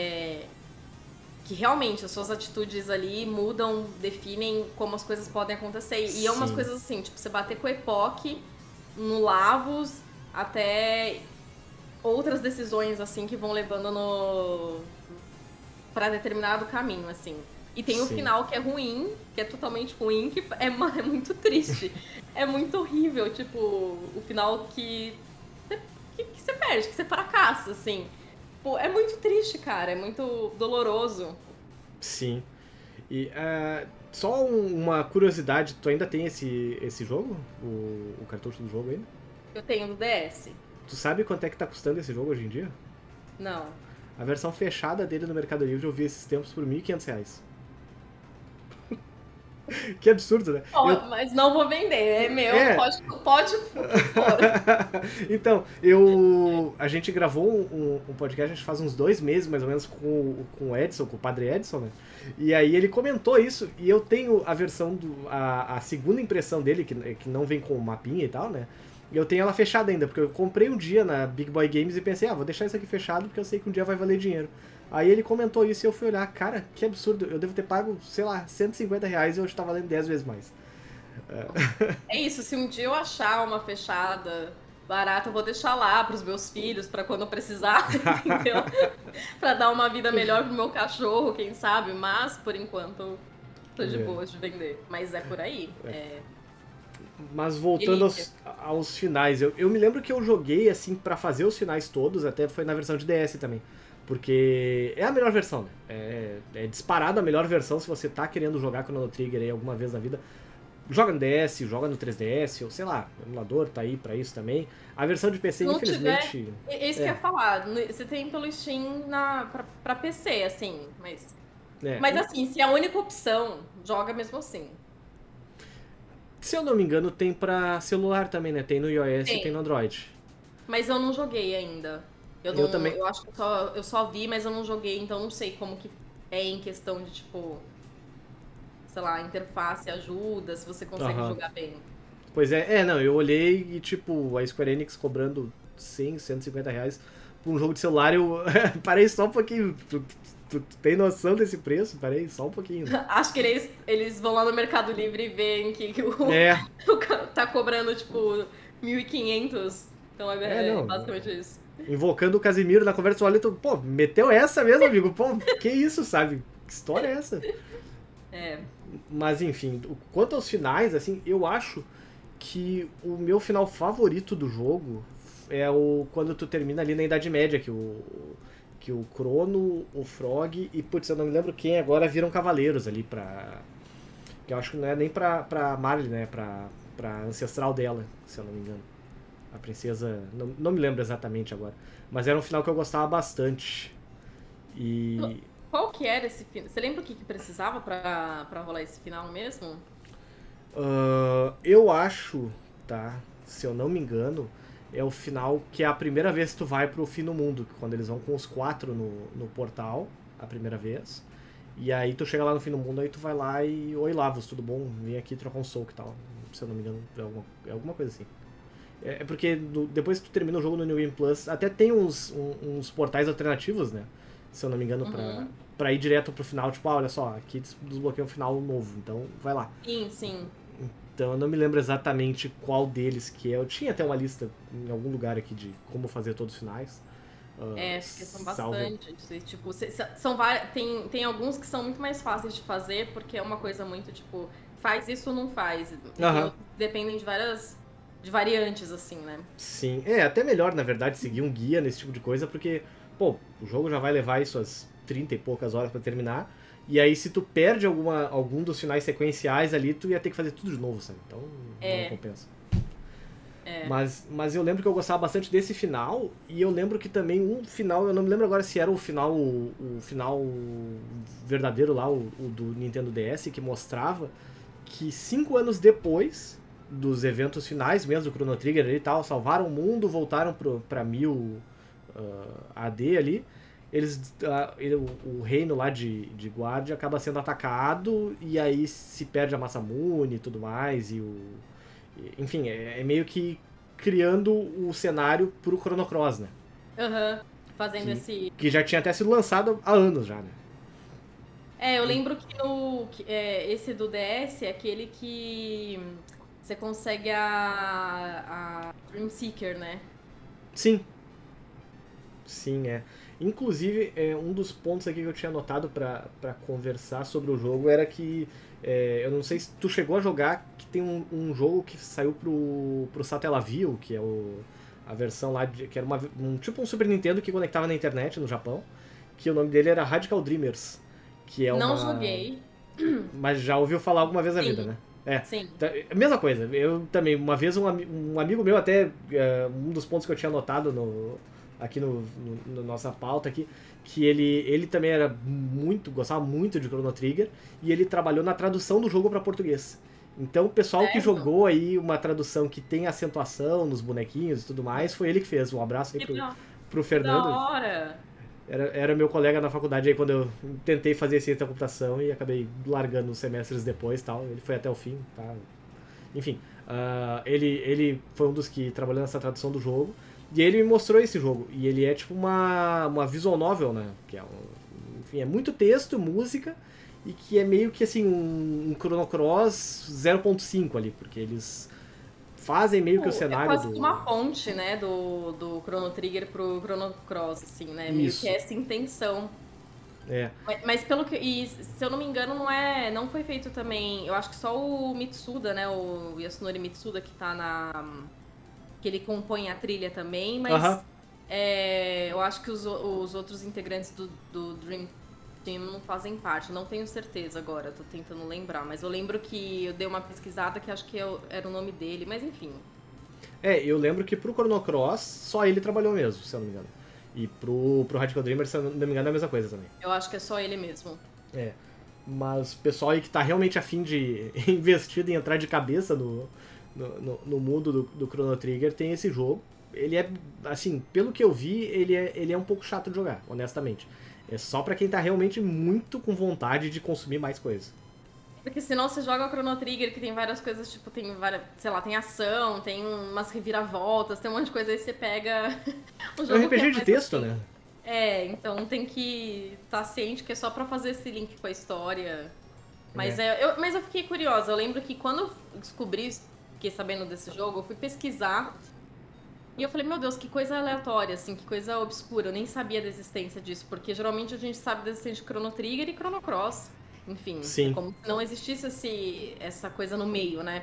que realmente as suas atitudes ali mudam, definem como as coisas podem acontecer. E é umas coisas assim, tipo, você bater com o Epoch no Lavos até outras decisões, assim, que vão levando pra determinado caminho, assim. E tem um final que é ruim, que é totalmente ruim, que é muito triste. É muito horrível, tipo, o final que você perde, que você fracassa, assim. Pô, é muito triste, cara, é muito doloroso. Sim. E só uma curiosidade, tu ainda tem esse jogo? O cartucho do jogo ainda? Eu tenho no DS. Tu sabe quanto é que tá custando esse jogo hoje em dia? Não. A versão fechada dele no Mercado Livre eu vi esses tempos por R$1.500. Que absurdo, né? Mas não vou vender, é meu, pode. Então, a gente gravou um podcast, a gente faz uns 2 meses, mais ou menos, com o Edson, com o Padre Edson, né? E aí ele comentou isso, e eu tenho a versão, a segunda impressão dele, que não vem com o mapinha e tal, né? E eu tenho ela fechada ainda, porque eu comprei um dia na Big Boy Games e pensei, vou deixar isso aqui fechado, porque eu sei que um dia vai valer dinheiro. Aí ele comentou isso e eu fui olhar, cara, que absurdo, eu devo ter pago, sei lá, R$150 e hoje tá valendo 10 vezes mais. É isso, se um dia eu achar uma fechada barata, eu vou deixar lá pros meus filhos, pra quando eu precisar, entendeu? Pra dar uma vida melhor pro meu cachorro, quem sabe? Mas, por enquanto, tô de boa de vender. Mas é por aí. Mas voltando aos finais, eu me lembro que eu joguei assim pra fazer os finais todos, até foi na versão de DS também. Porque é a melhor versão, né? É disparado a melhor versão se você tá querendo jogar Chrono Trigger aí alguma vez na vida. Joga no DS, joga no 3DS, ou sei lá, o emulador tá aí pra isso também. A versão de PC, Se não infelizmente. tiver, é isso que eu ia falar. Você tem pelo Steam pra PC, assim, mas. Mas assim, se é a única opção, joga mesmo assim. Se eu não me engano, tem pra celular também, né? Tem no iOS e tem no Android. Mas eu não joguei ainda. Eu também. Eu acho que eu só vi, mas eu não joguei, então não sei como que é em questão de, tipo, sei lá, interface ajuda, se você consegue jogar bem. Pois é, não, eu olhei e, tipo, a Square Enix cobrando 100, 150 reais por um jogo de celular, eu parei só um pouquinho. Tu tem noção desse preço? Parei só um pouquinho. Acho que eles vão lá no Mercado Livre e veem que o cara tá cobrando, tipo, 1.500. Então é basicamente isso. Invocando o Casimiro na conversa, olha, tu, pô, meteu essa mesmo, amigo? Pô, que isso, sabe? Que história é essa? Mas enfim, quanto aos finais, assim, eu acho que o meu final favorito do jogo é quando tu termina ali na Idade Média, que o Crono, o Frog e, putz, eu não me lembro quem agora viram cavaleiros ali pra... Que eu acho que não é nem pra Marley, né? Pra ancestral dela, se eu não me engano. A princesa... Não me lembro exatamente agora. Mas era um final que eu gostava bastante. E... Qual que era esse final? Você lembra o que precisava pra rolar esse final mesmo? Eu acho, tá? Se eu não me engano, é o final que é a primeira vez que tu vai pro fim do mundo. Quando eles vão com os 4 no portal, a primeira vez. E aí tu chega lá no fim do mundo, aí tu vai lá e... Oi, Lavos, tudo bom? Vem aqui trocar um soco e tal. Se eu não me engano, é alguma coisa assim. É porque depois que tu termina o jogo no New Game Plus, até tem uns portais alternativos, né? Se eu não me engano, pra ir direto pro final. Tipo, olha só, aqui desbloqueia um final novo, então vai lá. Sim. Então eu não me lembro exatamente qual deles que é. Eu tinha até uma lista em algum lugar aqui de como fazer todos os finais. Porque são bastante. Tipo, são várias, tem alguns que são muito mais fáceis de fazer, porque é uma coisa muito, tipo, faz isso ou não faz. Dependem de variantes, assim, né? Sim, é até melhor, na verdade, seguir um guia nesse tipo de coisa, porque, pô, o jogo já vai levar aí suas 30 e poucas horas pra terminar, e aí se tu perde algum dos finais sequenciais ali, tu ia ter que fazer tudo de novo, sabe? Então não compensa. Mas eu lembro que eu gostava bastante desse final, e eu lembro que também um final, eu não me lembro agora se era o final verdadeiro lá, o do Nintendo DS, que mostrava que 5 anos depois dos eventos finais mesmo do Chrono Trigger e tal, salvaram o mundo, voltaram pra 1000 AD ali, o reino lá de Guardia acaba sendo atacado, e aí se perde a Masamune e tudo mais, enfim, é meio que criando o cenário pro Chrono Cross, né? Fazendo esse... Que já tinha até sido lançado há anos já, né? Eu lembro que esse do DS é aquele que você consegue a Dream Seeker, né? Sim, é. Inclusive, um dos pontos aqui que eu tinha anotado pra conversar sobre o jogo era que eu não sei se tu chegou a jogar, que tem um jogo que saiu pro Satellaview, que é a versão lá, que era tipo um Super Nintendo que conectava na internet no Japão, que o nome dele era Radical Dreamers, que é Não joguei. Mas já ouviu falar alguma vez na vida, né? Sim. Mesma coisa, eu também, uma vez um amigo meu, até um dos pontos que eu tinha anotado aqui no nossa pauta aqui, que ele também gostava muito de Chrono Trigger, e ele trabalhou na tradução do jogo para português. Então o pessoal que jogou aí uma tradução que tem acentuação nos bonequinhos e tudo mais, foi ele que fez. Um abraço aí pro Fernando. Da hora! Era meu colega na faculdade aí quando eu tentei fazer ciência da computação e acabei largando uns semestres depois e tal. Ele foi até o fim, tá? Enfim, ele foi um dos que trabalhou nessa tradução do jogo. E ele me mostrou esse jogo. E ele é tipo uma visual novel, né? Que é enfim, é muito texto, música, e que é meio que assim um Chrono Cross 0.5 ali, porque eles fazem meio que o cenário é quase uma ponte, né, do Chrono Trigger pro Chrono Cross, assim, né? Meio Isso. que essa intenção. É. Mas pelo que. E se eu não me engano, não foi feito também. Eu acho que só o Mitsuda, né? O Yasunori Mitsuda que tá na. Que ele compõe a trilha também, mas. Eu acho que os outros integrantes do Dream Team não fazem parte. Não tenho certeza agora, tô tentando lembrar. Mas eu lembro que eu dei uma pesquisada que acho que era o nome dele, mas enfim. Eu lembro que pro Chrono Cross só ele trabalhou mesmo, se eu não me engano. E pro Radical Dreamer, se eu não me engano, é a mesma coisa também. Eu acho que é só ele mesmo. Mas o pessoal aí que tá realmente afim de investido em entrar de cabeça no mundo do Chrono Trigger tem esse jogo. Ele é, assim, pelo que eu vi, ele é um pouco chato de jogar, honestamente. É só pra quem tá realmente muito com vontade de consumir mais coisas. Porque senão você joga o Chrono Trigger, que tem várias coisas, tipo, tem várias, sei lá, tem ação, tem umas reviravoltas, tem um monte de coisa, aí você pega um jogo. É um RPG de texto, assim. né? Então tem que estar ciente que é só pra fazer esse link com a história. Mas eu fiquei curiosa. Eu lembro que quando eu fiquei sabendo desse jogo, eu fui pesquisar. E eu falei, meu Deus, que coisa aleatória, assim, que coisa obscura. Eu nem sabia da existência disso, porque geralmente a gente sabe da existência de Chrono Trigger e Chrono Cross. Enfim, Sim. É como se não existisse essa coisa no meio, né?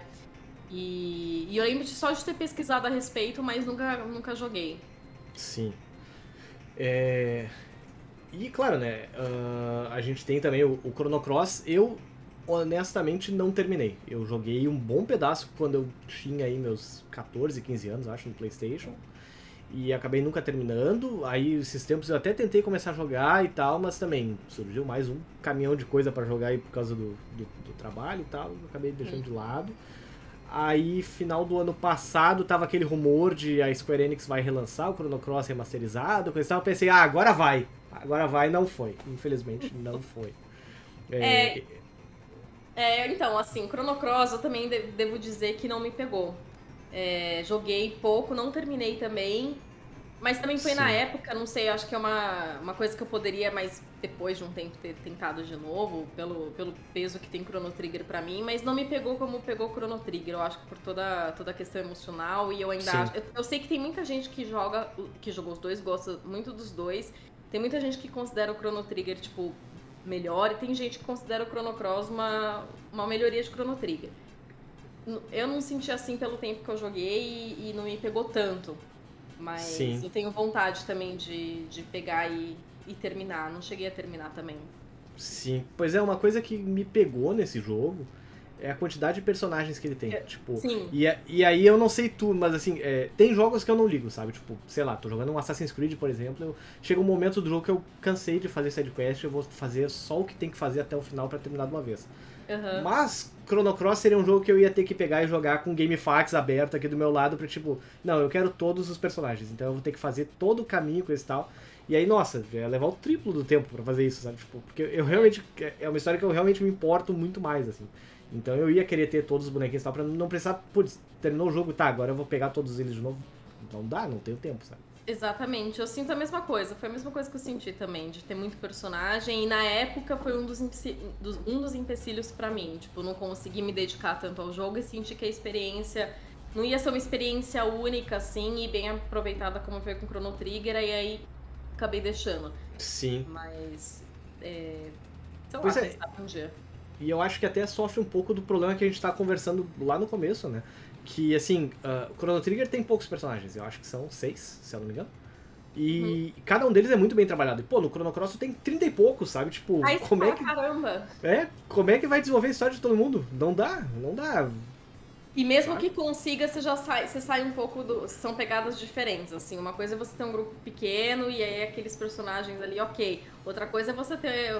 E eu lembro só de ter pesquisado a respeito, mas nunca joguei. Sim. E claro, né, a gente tem também o Chrono Cross. Eu, honestamente, não terminei. Eu joguei um bom pedaço quando eu tinha aí meus 14, 15 anos, acho, no PlayStation. E acabei nunca terminando. Aí, esses tempos, eu até tentei começar a jogar e tal, mas também surgiu mais um caminhão de coisa pra jogar aí por causa do trabalho e tal. Eu acabei deixando de lado. Aí, final do ano passado, tava aquele rumor de a Square Enix vai relançar o Chrono Cross remasterizado. Eu pensei, agora vai. Agora vai, não foi. Infelizmente, não foi. Então, assim, Chrono Cross eu também devo dizer que não me pegou. Joguei pouco, não terminei também. Mas também foi na época, não sei, acho que é uma coisa que eu poderia, mas depois de um tempo, ter tentado de novo, pelo peso que tem Chrono Trigger pra mim, mas não me pegou como pegou Chrono Trigger, eu acho que por toda a questão emocional, e eu ainda acho... Eu sei que tem muita gente que jogou os dois, gosta muito dos dois, tem muita gente que considera o Chrono Trigger, tipo, melhor, e tem gente que considera o Chrono Cross uma melhoria de Chrono Trigger. Eu não senti assim pelo tempo que eu joguei e não me pegou tanto. Mas eu tenho vontade também de pegar e terminar. Não cheguei a terminar também. Sim. Pois é, uma coisa que me pegou nesse jogo é a quantidade de personagens que ele tem. Tipo, sim. E aí eu não sei tu, mas assim, tem jogos que eu não ligo, sabe? Tipo, sei lá, tô jogando um Assassin's Creed, por exemplo, chega um momento do jogo que eu cansei de fazer sidequest, eu vou fazer só o que tem que fazer até o final pra terminar de uma vez. Uhum. Mas Chrono Cross seria um jogo que eu ia ter que pegar e jogar com GameFAQs aberto aqui do meu lado pra tipo, não, eu quero todos os personagens, então eu vou ter que fazer todo o caminho com esse e tal. E aí, nossa, ia levar o triplo do tempo pra fazer isso, sabe? Tipo, porque eu realmente, é uma história que eu realmente me importo muito mais, assim. Então eu ia querer ter todos os bonequinhos e tal pra não precisar, putz, terminou o jogo, tá, agora eu vou pegar todos eles de novo. Não dá, não tenho tempo, sabe? Exatamente, eu sinto a mesma coisa, foi a mesma coisa que eu senti também, de ter muito personagem, e na época foi um dos empecilhos pra mim, tipo, não consegui me dedicar tanto ao jogo e senti que a experiência não ia ser uma experiência única, assim, e bem aproveitada como foi com Chrono Trigger, e aí acabei deixando. Sim. Mas, sei pois lá, quem sabe um dia. E eu acho que até sofre um pouco do problema que a gente tá conversando lá no começo, né? Que, assim, o Chrono Trigger tem poucos personagens, eu acho que são 6, se eu não me engano. E cada um deles é muito bem trabalhado. E, pô, no Chrono Cross tem 30 e poucos, sabe? Tipo, como é que... Caramba! Como é que vai desenvolver a história de todo mundo? Não dá. E mesmo que consiga, você sai um pouco do... São pegadas diferentes, assim. Uma coisa é você ter um grupo pequeno e aí aqueles personagens ali, ok. Outra coisa é você ter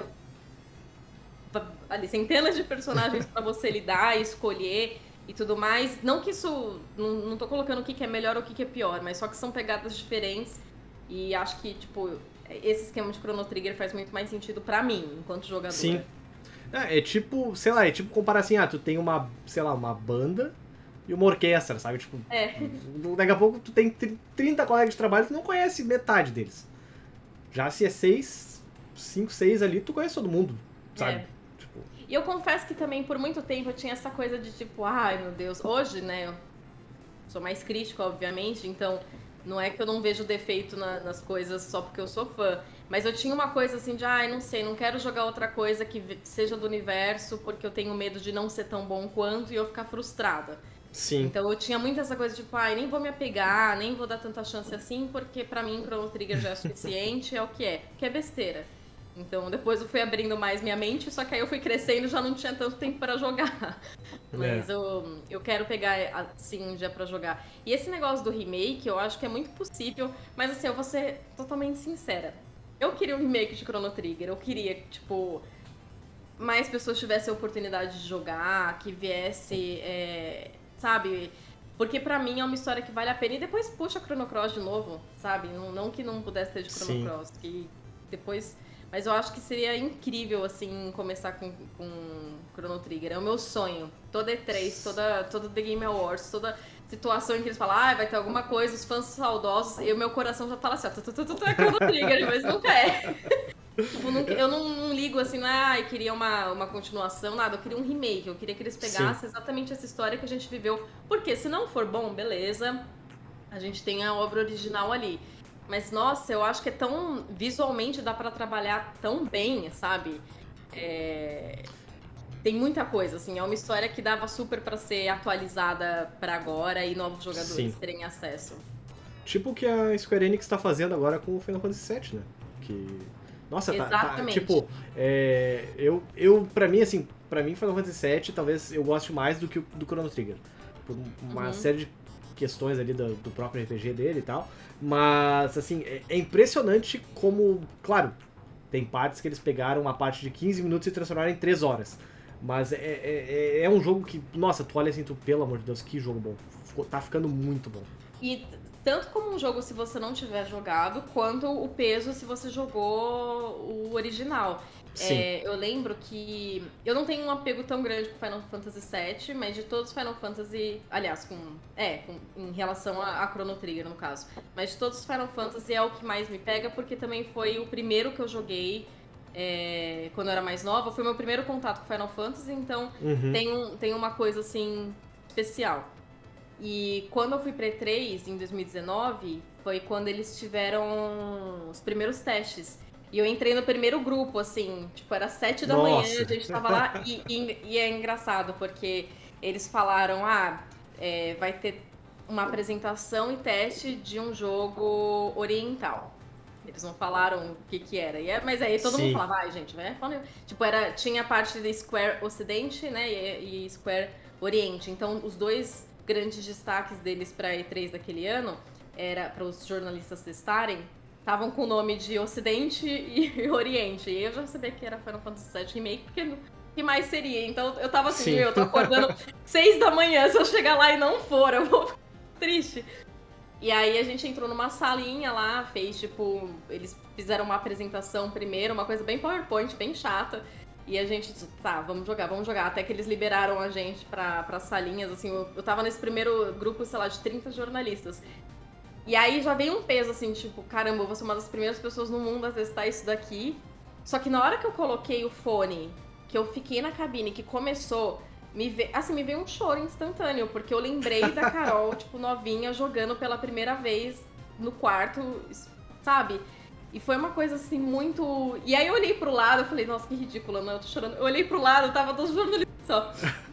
ali centenas de personagens pra você lidar e escolher e tudo mais. Não que isso... Não tô colocando o que é melhor ou o que é pior, mas só que são pegadas diferentes. E acho que, tipo, esse esquema de Chrono Trigger faz muito mais sentido pra mim, enquanto jogadora. Sim. É tipo, sei lá, comparar assim, tu tem uma, sei lá, uma banda e uma orquestra, sabe? Tipo, daqui a pouco tu tem 30 colegas de trabalho que tu não conhece metade deles. Já se é 6, 5, 6 ali, tu conhece todo mundo, sabe? Tipo... E eu confesso que também, por muito tempo, eu tinha essa coisa de tipo, ai meu Deus, hoje, né, eu sou mais crítica, obviamente, então não é que eu não vejo defeito nas coisas só porque eu sou fã, mas eu tinha uma coisa assim de, ai, não sei, não quero jogar outra coisa que seja do universo porque eu tenho medo de não ser tão bom quanto e eu ficar frustrada. Sim. Então eu tinha muito essa coisa de, tipo, ai, nem vou me apegar, nem vou dar tanta chance assim, porque pra mim Chrono Trigger já é suficiente, é o que é besteira. Então depois eu fui abrindo mais minha mente, só que aí eu fui crescendo e já não tinha tanto tempo pra jogar. Mas eu quero pegar, assim, um dia pra jogar. E esse negócio do remake, eu acho que é muito possível, mas assim, eu vou ser totalmente sincera. Eu queria um remake de Chrono Trigger, eu queria que, tipo, mais pessoas tivessem a oportunidade de jogar, que viesse... sabe? Porque pra mim é uma história que vale a pena. E depois puxa Chrono Cross de novo, sabe? Não que não pudesse ter de Chrono Cross. Que depois... Mas eu acho que seria incrível, assim, começar com Chrono Trigger. É o meu sonho. Toda E3, toda The Game Awards, toda situação em que eles falam, vai ter alguma coisa, os fãs saudosos, e o meu coração já fala assim, é Chrono Trigger, mas nunca é. Tipo, eu não ligo assim, queria uma continuação, nada. Eu queria um remake, eu queria que eles pegassem exatamente essa história que a gente viveu. Porque se não for bom, beleza, a gente tem a obra original ali. Mas, nossa, eu acho que é tão... Visualmente dá pra trabalhar tão bem, sabe? Tem muita coisa, assim. É uma história que dava super pra ser atualizada pra agora e novos jogadores terem acesso. Tipo o que a Square Enix tá fazendo agora com o Final Fantasy VII, né? Que... Nossa, exatamente. Tipo, pra mim, assim, Final Fantasy VII talvez eu goste mais do que do Chrono Trigger. Por uma série de questões ali do próprio RPG dele e tal. Mas, assim, é impressionante como, claro, tem partes que eles pegaram uma parte de 15 minutos e transformaram em 3 horas. Mas é um jogo que, nossa, tu olha assim, pelo amor de Deus, que jogo bom. Tá ficando muito bom. E tanto como um jogo se você não tiver jogado, quanto o peso se você jogou o original. Eu lembro que eu não tenho um apego tão grande com Final Fantasy VII, mas de todos os Final Fantasy, aliás, em relação a Chrono Trigger, no caso. Mas de todos os Final Fantasy é o que mais me pega, porque também foi o primeiro que eu joguei quando eu era mais nova. Foi meu primeiro contato com Final Fantasy, então tem uma coisa, assim, especial. E quando eu fui pra E3, em 2019, foi quando eles tiveram os primeiros testes. E eu entrei no primeiro grupo, assim, tipo, era 7 da manhã, a gente tava lá, e é engraçado, porque eles falaram, vai ter uma apresentação e teste de um jogo oriental. Eles não falaram o que era. Mas aí todo mundo falava, gente, vai falando. Tipo, tinha a parte da Square Ocidente, né, e Square Oriente. Então, os dois grandes destaques deles pra E3 daquele ano, era para os jornalistas testarem, estavam com o nome de Ocidente e Oriente. E eu já sabia que era Final Fantasy VII Remake, porque o que mais seria? Então eu tava assim, eu tô acordando 6 da manhã, se eu chegar lá e não for, eu vou ficar triste. E aí a gente entrou numa salinha lá, fez tipo, eles fizeram uma apresentação primeiro, uma coisa bem PowerPoint, bem chata. E a gente, vamos jogar. Até que eles liberaram a gente pra salinhas, assim, eu tava nesse primeiro grupo, sei lá, de 30 jornalistas. E aí já veio um peso, assim, tipo, caramba, eu vou ser uma das primeiras pessoas no mundo a testar isso daqui. Só que na hora que eu coloquei o fone, que eu fiquei na cabine, que começou, me veio um choro instantâneo, porque eu lembrei da Carol, tipo, novinha, jogando pela primeira vez no quarto, sabe? E foi uma coisa, assim, muito... E aí eu olhei pro lado, eu falei, nossa, que ridícula, não, eu tô chorando. Eu olhei pro lado, tava dos jornalistas só.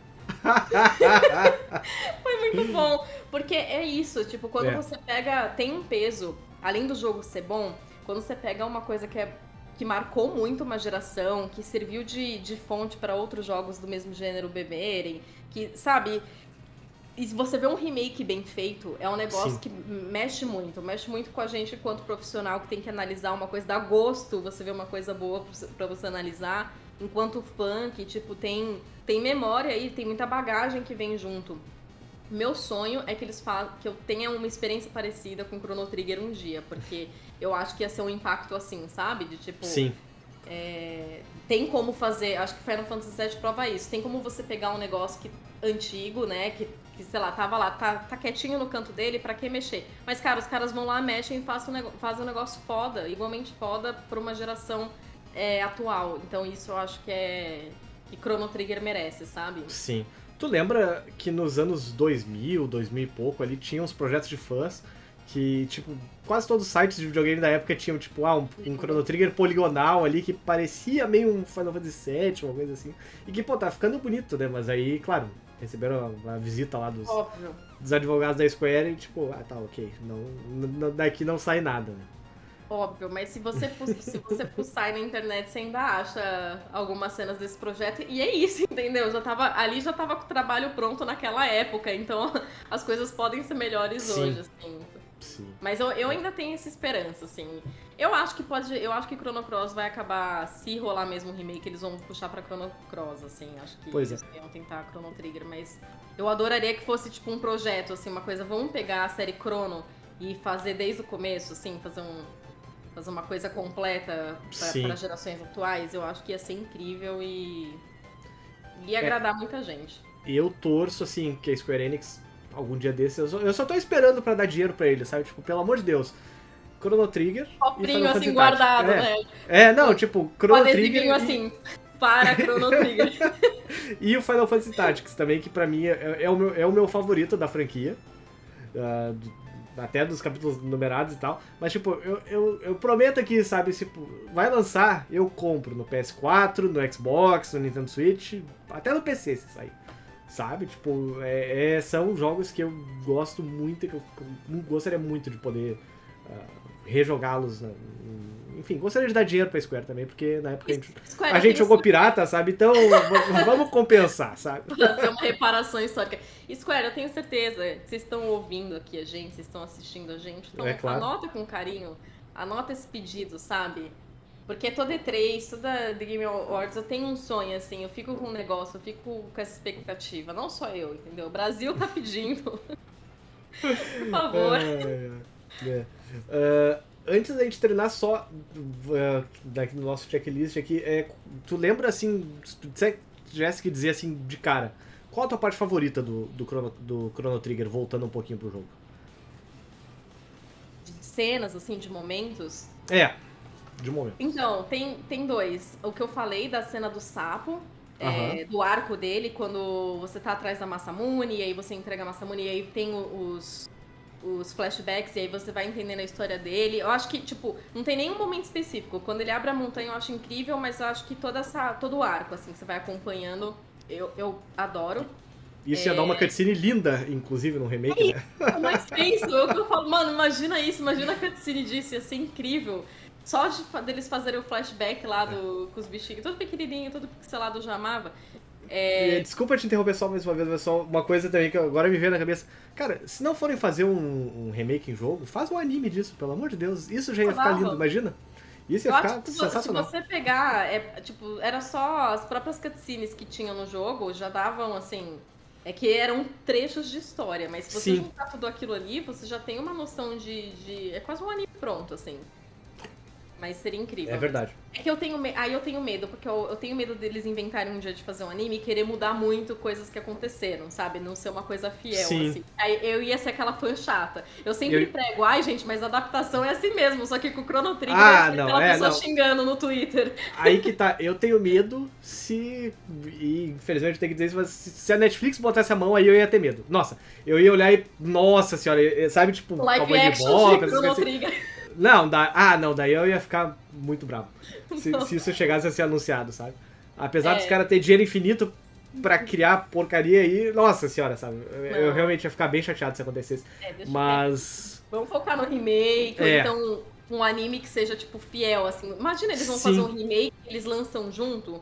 Foi muito bom, porque é isso, tipo, quando você pega, tem um peso, além do jogo ser bom, quando você pega uma coisa que marcou muito uma geração, que serviu de fonte para outros jogos do mesmo gênero beberem, que, sabe, e se você vê um remake bem feito, é um negócio que mexe muito com a gente enquanto profissional, que tem que analisar uma coisa, dá gosto você ver uma coisa boa pra você analisar, enquanto fã, que, tipo, tem memória aí, tem muita bagagem que vem junto. Meu sonho é que que eu tenha uma experiência parecida com Chrono Trigger um dia, porque eu acho que ia ser um impacto assim, sabe? De tipo... Sim. Tem como fazer, acho que Final Fantasy VII prova isso, tem como você pegar um negócio antigo, né, que sei lá, tava lá, tá quietinho no canto dele, pra que mexer? Mas, cara, os caras vão lá, mexem e fazem um negócio foda, igualmente foda pra uma geração atual. Então isso eu acho que Chrono Trigger merece, sabe? Sim. Tu lembra que nos anos 2000 e pouco ali, tinha uns projetos de fãs que, tipo, quase todos os sites de videogame da época tinham, tipo, um Chrono Trigger poligonal ali que parecia meio um Final Fantasy VII, uma coisa assim. E que, pô, tá ficando bonito, né? Mas aí, claro, receberam a visita lá dos advogados da Square e, tipo, tá, ok. Daqui não sai nada, né? Óbvio, mas se você fuçar na internet, você ainda acha algumas cenas desse projeto. E é isso, entendeu? Ali já tava com o trabalho pronto naquela época, então as coisas podem ser melhores hoje, assim. Sim. Mas eu ainda tenho essa esperança, assim. Eu acho que Chrono Cross vai acabar, se rolar mesmo um remake, eles vão puxar pra Chrono Cross, assim. Acho que eles iam tentar Chrono Trigger, mas eu adoraria que fosse, tipo, um projeto, assim, uma coisa. Vamos pegar a série Chrono e fazer desde o começo, assim, fazer uma coisa completa para gerações atuais. Eu acho que ia ser incrível e ia agradar muita gente. Eu torço, assim, que a Square Enix, algum dia desses, eu só tô esperando pra dar dinheiro pra ele, sabe? Tipo, pelo amor de Deus. Chrono Trigger. Coprinho assim guardado, né? Não, tipo, Chrono Trigger. Assim, para Chrono Trigger. E o Final Fantasy Tactics também, que pra mim é o meu favorito da franquia. Até dos capítulos numerados e tal. Mas, tipo, eu prometo aqui, sabe? Se vai lançar, eu compro no PS4, no Xbox, no Nintendo Switch, até no PC se sair. Sabe? Tipo, são jogos que eu gosto muito, que eu gostaria muito de poder rejogá-los. Né? Enfim, gostaria de dar dinheiro pra Square também, porque na época a gente jogou pirata, sabe? Então vamos compensar, sabe? Fazer uma reparação histórica. Square, eu tenho certeza que vocês estão ouvindo aqui a gente, vocês estão assistindo a gente, então claro. Anota com carinho, anota esse pedido, sabe? Porque toda E3, toda The Game Awards, eu tenho um sonho, assim, eu fico com um negócio, eu fico com essa expectativa, não só eu, entendeu? O Brasil tá pedindo. Por favor. Antes da gente terminar só daqui no nosso checklist aqui, tu lembra assim, se tu tivesse que dizer assim de cara, qual a tua parte favorita do Chrono Trigger, voltando um pouquinho pro jogo? De cenas, assim, de momentos? De momento. Então, tem dois. O que eu falei da cena do sapo, do arco dele, quando você tá atrás da Masamune, e aí você entrega a Masamune, e aí tem os flashbacks, e aí você vai entendendo a história dele. Eu acho que, tipo, não tem nenhum momento específico. Quando ele abre a montanha eu acho incrível, mas eu acho que todo o arco, assim, que você vai acompanhando, eu adoro. Isso ia dar uma cutscene linda, inclusive, no remake, né? Mas penso, eu falo, mano, imagina isso, imagina a cutscene disso, ia ser incrível. Só deles fazerem o flashback lá com os bichinhos, todo pequenininho, todo pixelado, eu já amava. Desculpa te interromper só mais uma vez, mas só uma coisa também que agora me veio na cabeça. Cara, se não forem fazer um remake em jogo, faz um anime disso, pelo amor de Deus. Isso já ia ficar lindo, imagina? Isso ia ficar sensacional. Se você pegar, era só as próprias cutscenes que tinham no jogo, já davam, assim... É que eram trechos de história, mas se você juntar tudo aquilo ali, você já tem uma noção de... É quase um anime pronto, assim. Mas seria incrível. É verdade. É que eu tenho medo, porque eu tenho medo deles inventarem um dia de fazer um anime e querer mudar muito coisas que aconteceram, sabe? Não ser uma coisa fiel, assim. Aí eu ia ser aquela fã chata. Eu sempre prego, gente, mas a adaptação é assim mesmo, só que com o Chrono Trigger aquela pessoa xingando no Twitter. Aí que tá, eu tenho medo e infelizmente eu tenho que dizer isso, mas se a Netflix botasse a mão, aí eu ia ter medo. Nossa, eu ia olhar e, nossa senhora, sabe, tipo, live action de Chrono Trigger. Não, daí eu ia ficar muito bravo. Se isso chegasse a ser anunciado, sabe? Apesar dos caras terem dinheiro infinito pra criar porcaria aí, nossa senhora, sabe? Eu realmente ia ficar bem chateado se acontecesse. Mas... Vamos focar no remake, ou então um anime que seja, tipo, fiel, assim. Imagina, eles vão fazer um remake, eles lançam junto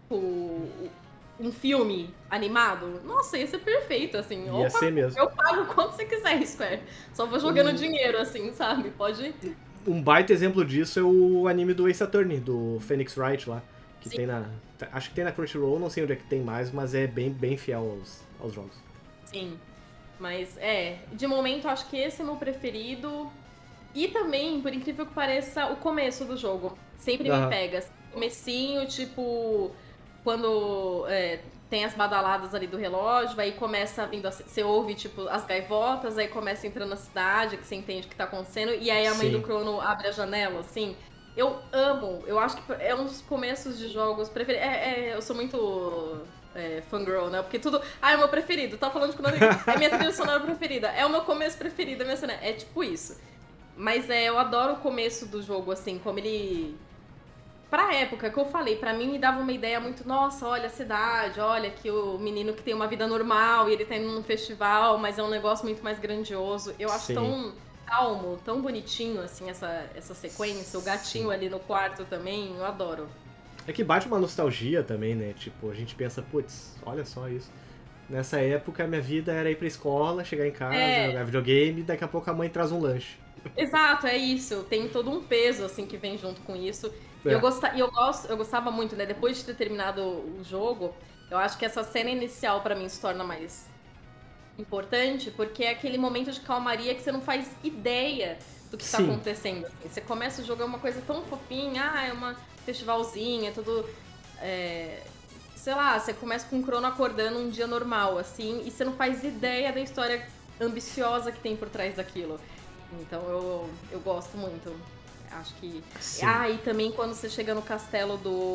um filme animado. Nossa, ia ser perfeito, assim. Ia ser mesmo. Eu pago quanto você quiser, Square. Só vou jogando dinheiro, assim, sabe? Pode... Um baita exemplo disso é o anime do Ace Attorney, do Phoenix Wright lá. Que tem acho que tem na Crunchyroll, não sei onde é que tem mais, mas é bem fiel aos jogos. Sim. Mas, de momento, acho que esse é o meu preferido. E também, por incrível que pareça, o começo do jogo. Sempre me pega. Comecinho, tipo... Quando tem as badaladas ali do relógio, aí começa vindo, você ouve, tipo, as gaivotas, aí começa entrando na cidade, que você entende o que tá acontecendo, e aí a mãe do Crono abre a janela, assim. Eu amo, eu acho que é um dos começos de jogos preferidos. Eu sou muito fangirl, né? Porque tudo. Ah, é o meu preferido. Tá falando de Chrono Trigger. É minha trilha sonora preferida. É o meu começo preferido, é minha cena. É tipo isso. Mas eu adoro o começo do jogo, assim, como ele. Pra época que eu falei, pra mim me dava uma ideia muito, nossa, olha a cidade, olha que o menino que tem uma vida normal e ele tá indo num festival, mas é um negócio muito mais grandioso. Eu acho Sim. tão calmo, tão bonitinho, assim, essa sequência. O gatinho Sim. ali no quarto também, eu adoro. É que bate uma nostalgia também, né? Tipo, a gente pensa, putz, olha só isso. Nessa época, a minha vida era ir pra escola, chegar em casa, jogar videogame, e daqui a pouco a mãe traz um lanche. Exato, é isso. Tem todo um peso, assim, que vem junto com isso. E É. eu gostava muito, né? Depois de ter terminado o jogo, eu acho que essa cena inicial pra mim se torna mais importante, porque é aquele momento de calmaria que você não faz ideia do que tá Sim. acontecendo. Assim. Você começa o jogo, é uma coisa tão fofinha, é uma festivalzinha, é tudo. Sei lá, você começa com o Crono acordando um dia normal, assim, e você não faz ideia da história ambiciosa que tem por trás daquilo. Então eu gosto muito. Acho que. Sim. E também quando você chega no castelo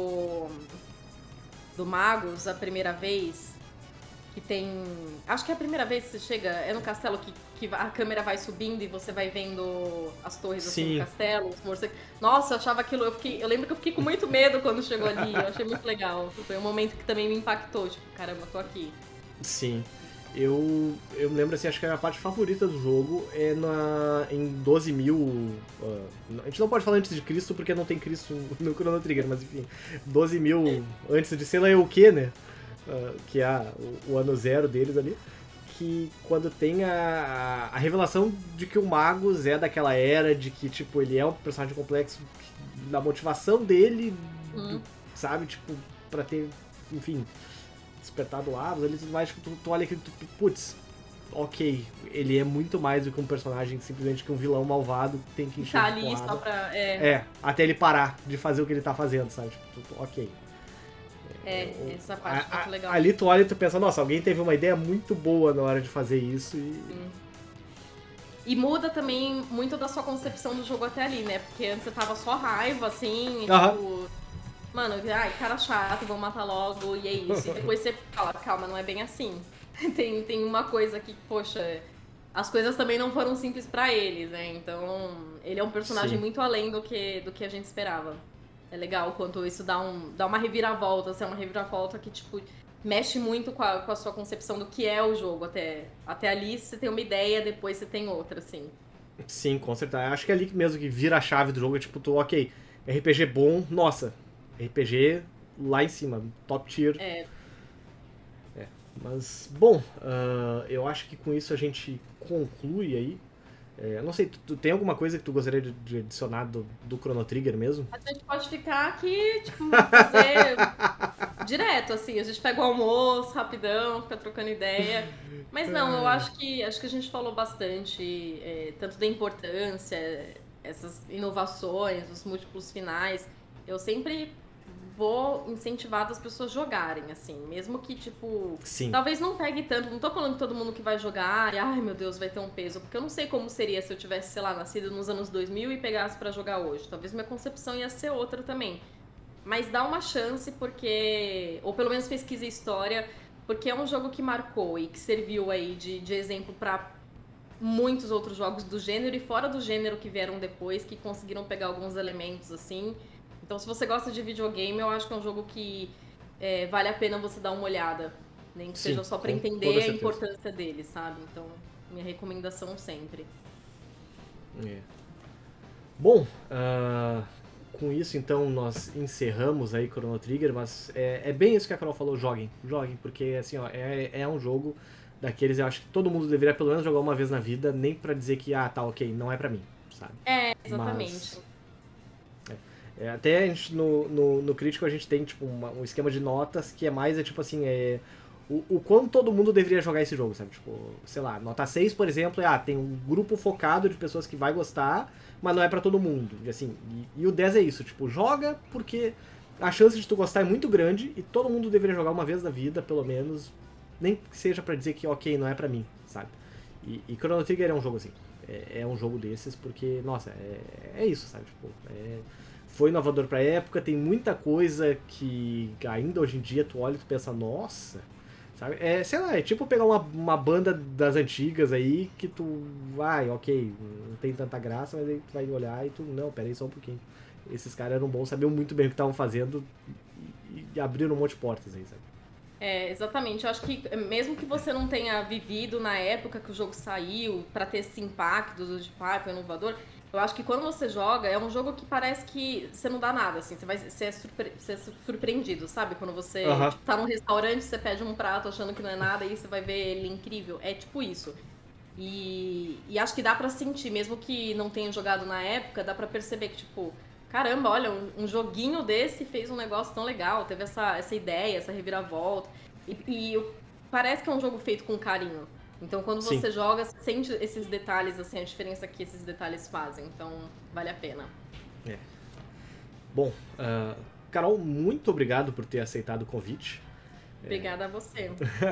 do Magus a primeira vez, que tem. Acho que é a primeira vez que você chega, é no castelo que a câmera vai subindo e você vai vendo as torres assim do castelo, os morcegos. Nossa, eu achava aquilo. Eu lembro que eu fiquei com muito medo quando chegou ali. Eu achei muito legal. Foi um momento que também me impactou. Tipo, caramba, eu tô aqui. Sim. Eu me lembro assim, acho que a minha parte favorita do jogo é em 12.000. A gente não pode falar antes de Cristo porque não tem Cristo no Chrono Trigger, mas enfim, 12.000 antes de sei lá o que, né? Que é o ano zero deles ali. Que quando tem a revelação de que o Magus é daquela era, de que tipo, ele é um personagem complexo, da motivação dele, sabe? Tipo, pra ter, enfim, despertado lados ali e tudo mais, tipo, tu olha aqui, putz, ok, ele é muito mais do que um personagem, simplesmente que um vilão malvado que tem que encher Tá de ali porrada. só pra. Até ele parar de fazer o que ele tá fazendo, sabe? Tipo, ok. Essa parte é muito legal. Ali tu olha e tu pensa, nossa, alguém teve uma ideia muito boa na hora de fazer isso E muda também muito da sua concepção do jogo até ali, né? Porque antes você tava só raiva, assim, e, tipo... Mano, ai, cara chato, vou matar logo, e é isso. E depois você fala, calma, não é bem assim. Tem uma coisa que, poxa... As coisas também não foram simples pra ele, né? Então, ele é um personagem muito além do que a gente esperava. É legal quanto isso dá uma reviravolta, assim, é uma reviravolta que, tipo... mexe muito com a sua concepção do que é o jogo. Até ali você tem uma ideia, depois você tem outra, assim. Sim, com certeza. Acho que é ali mesmo que vira a chave do jogo, é tipo, tu, ok, RPG bom, nossa, RPG lá em cima, top tier. Mas, bom, eu acho que com isso a gente conclui aí. Não sei, tu tem alguma coisa que tu gostaria de adicionar do Chrono Trigger mesmo? A gente pode ficar aqui, tipo, fazer direto, assim. A gente pega o almoço rapidão, fica trocando ideia. Mas não, eu acho que a gente falou bastante, tanto da importância, essas inovações, os múltiplos finais. Eu sempre vou incentivar as pessoas jogarem, assim. Mesmo que, tipo, Sim. talvez não pegue tanto. Não tô falando que todo mundo que vai jogar, ai meu Deus, vai ter um peso. Porque eu não sei como seria se eu tivesse, sei lá, nascido nos anos 2000 e pegasse pra jogar hoje. Talvez minha concepção ia ser outra também. Mas dá uma chance porque... Ou pelo menos pesquisa história, porque é um jogo que marcou e que serviu aí de exemplo pra muitos outros jogos do gênero e fora do gênero que vieram depois, que conseguiram pegar alguns elementos, assim. Então, se você gosta de videogame, eu acho que é um jogo que vale a pena você dar uma olhada. Nem que seja só pra entender a importância dele, sabe? Então, minha recomendação sempre. Bom, com isso, então, nós encerramos aí Chrono Trigger, mas é bem isso que a Carol falou, joguem, porque, assim, ó, é um jogo daqueles, eu acho que todo mundo deveria pelo menos jogar uma vez na vida, nem pra dizer que, tá, ok, não é pra mim, sabe? Exatamente. Até a gente, no Crítico a gente tem, tipo, um esquema de notas que é mais, tipo assim, o quanto todo mundo deveria jogar esse jogo, sabe? Tipo, sei lá, nota 6, por exemplo, tem um grupo focado de pessoas que vai gostar, mas não é pra todo mundo. E, assim, e o 10 é isso, tipo, joga porque a chance de tu gostar é muito grande e todo mundo deveria jogar uma vez na vida, pelo menos, nem que seja pra dizer que, ok, não é pra mim, sabe? E Chrono Trigger é um jogo assim, é um jogo desses porque, nossa, é isso, sabe? Tipo, foi inovador pra época, tem muita coisa que ainda hoje em dia tu olha e tu pensa, nossa, sabe? Sei lá, é tipo pegar uma banda das antigas aí que tu vai, ok, não tem tanta graça, mas aí tu vai olhar e tu, não, pera aí só um pouquinho. Esses caras eram bons, sabiam muito bem o que estavam fazendo e abriram um monte de portas aí, sabe? Exatamente. Eu acho que mesmo que você não tenha vivido na época que o jogo saiu, pra ter esse impacto do tipo, foi inovador, eu acho que quando você joga, é um jogo que parece que você não dá nada, assim, você é surpreendido, sabe? Quando você tipo, tá num restaurante, você pede um prato achando que não é nada e você vai ver ele incrível. É tipo isso. E acho que dá pra sentir, mesmo que não tenha jogado na época, dá pra perceber que, tipo, caramba, olha, um joguinho desse fez um negócio tão legal, teve essa ideia, essa reviravolta. E parece que é um jogo feito com carinho. Então, quando você joga, você sente esses detalhes, assim, a diferença que esses detalhes fazem. Então, vale a pena. Bom, Carol, muito obrigado por ter aceitado o convite. Obrigada a você.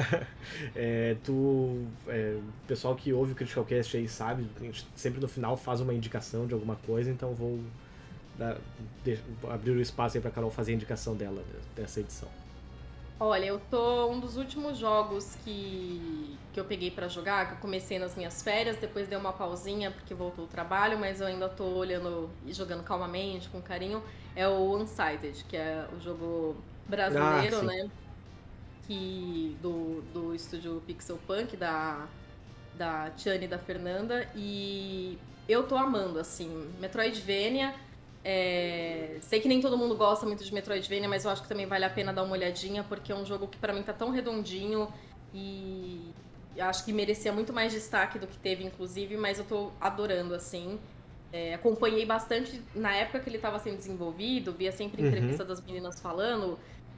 O pessoal que ouve o Critical Cast aí sabe, a gente sempre no final faz uma indicação de alguma coisa, então vou abrir o espaço aí pra Carol fazer a indicação dela, dessa edição. Olha, um dos últimos jogos que eu peguei pra jogar, que eu comecei nas minhas férias, depois dei uma pausinha porque voltou o trabalho, mas eu ainda tô olhando e jogando calmamente, com carinho, é o Unsighted, que é o jogo brasileiro, né? Do estúdio Pixel Punk, da Tiane e da Fernanda, e eu tô amando, assim, Metroidvania. Sei que nem todo mundo gosta muito de Metroidvania, mas eu acho que também vale a pena dar uma olhadinha, porque é um jogo que pra mim tá tão redondinho e acho que merecia muito mais destaque do que teve, inclusive, mas eu tô adorando, assim. Acompanhei bastante na época que ele tava sendo desenvolvido, via sempre entrevista das meninas falando,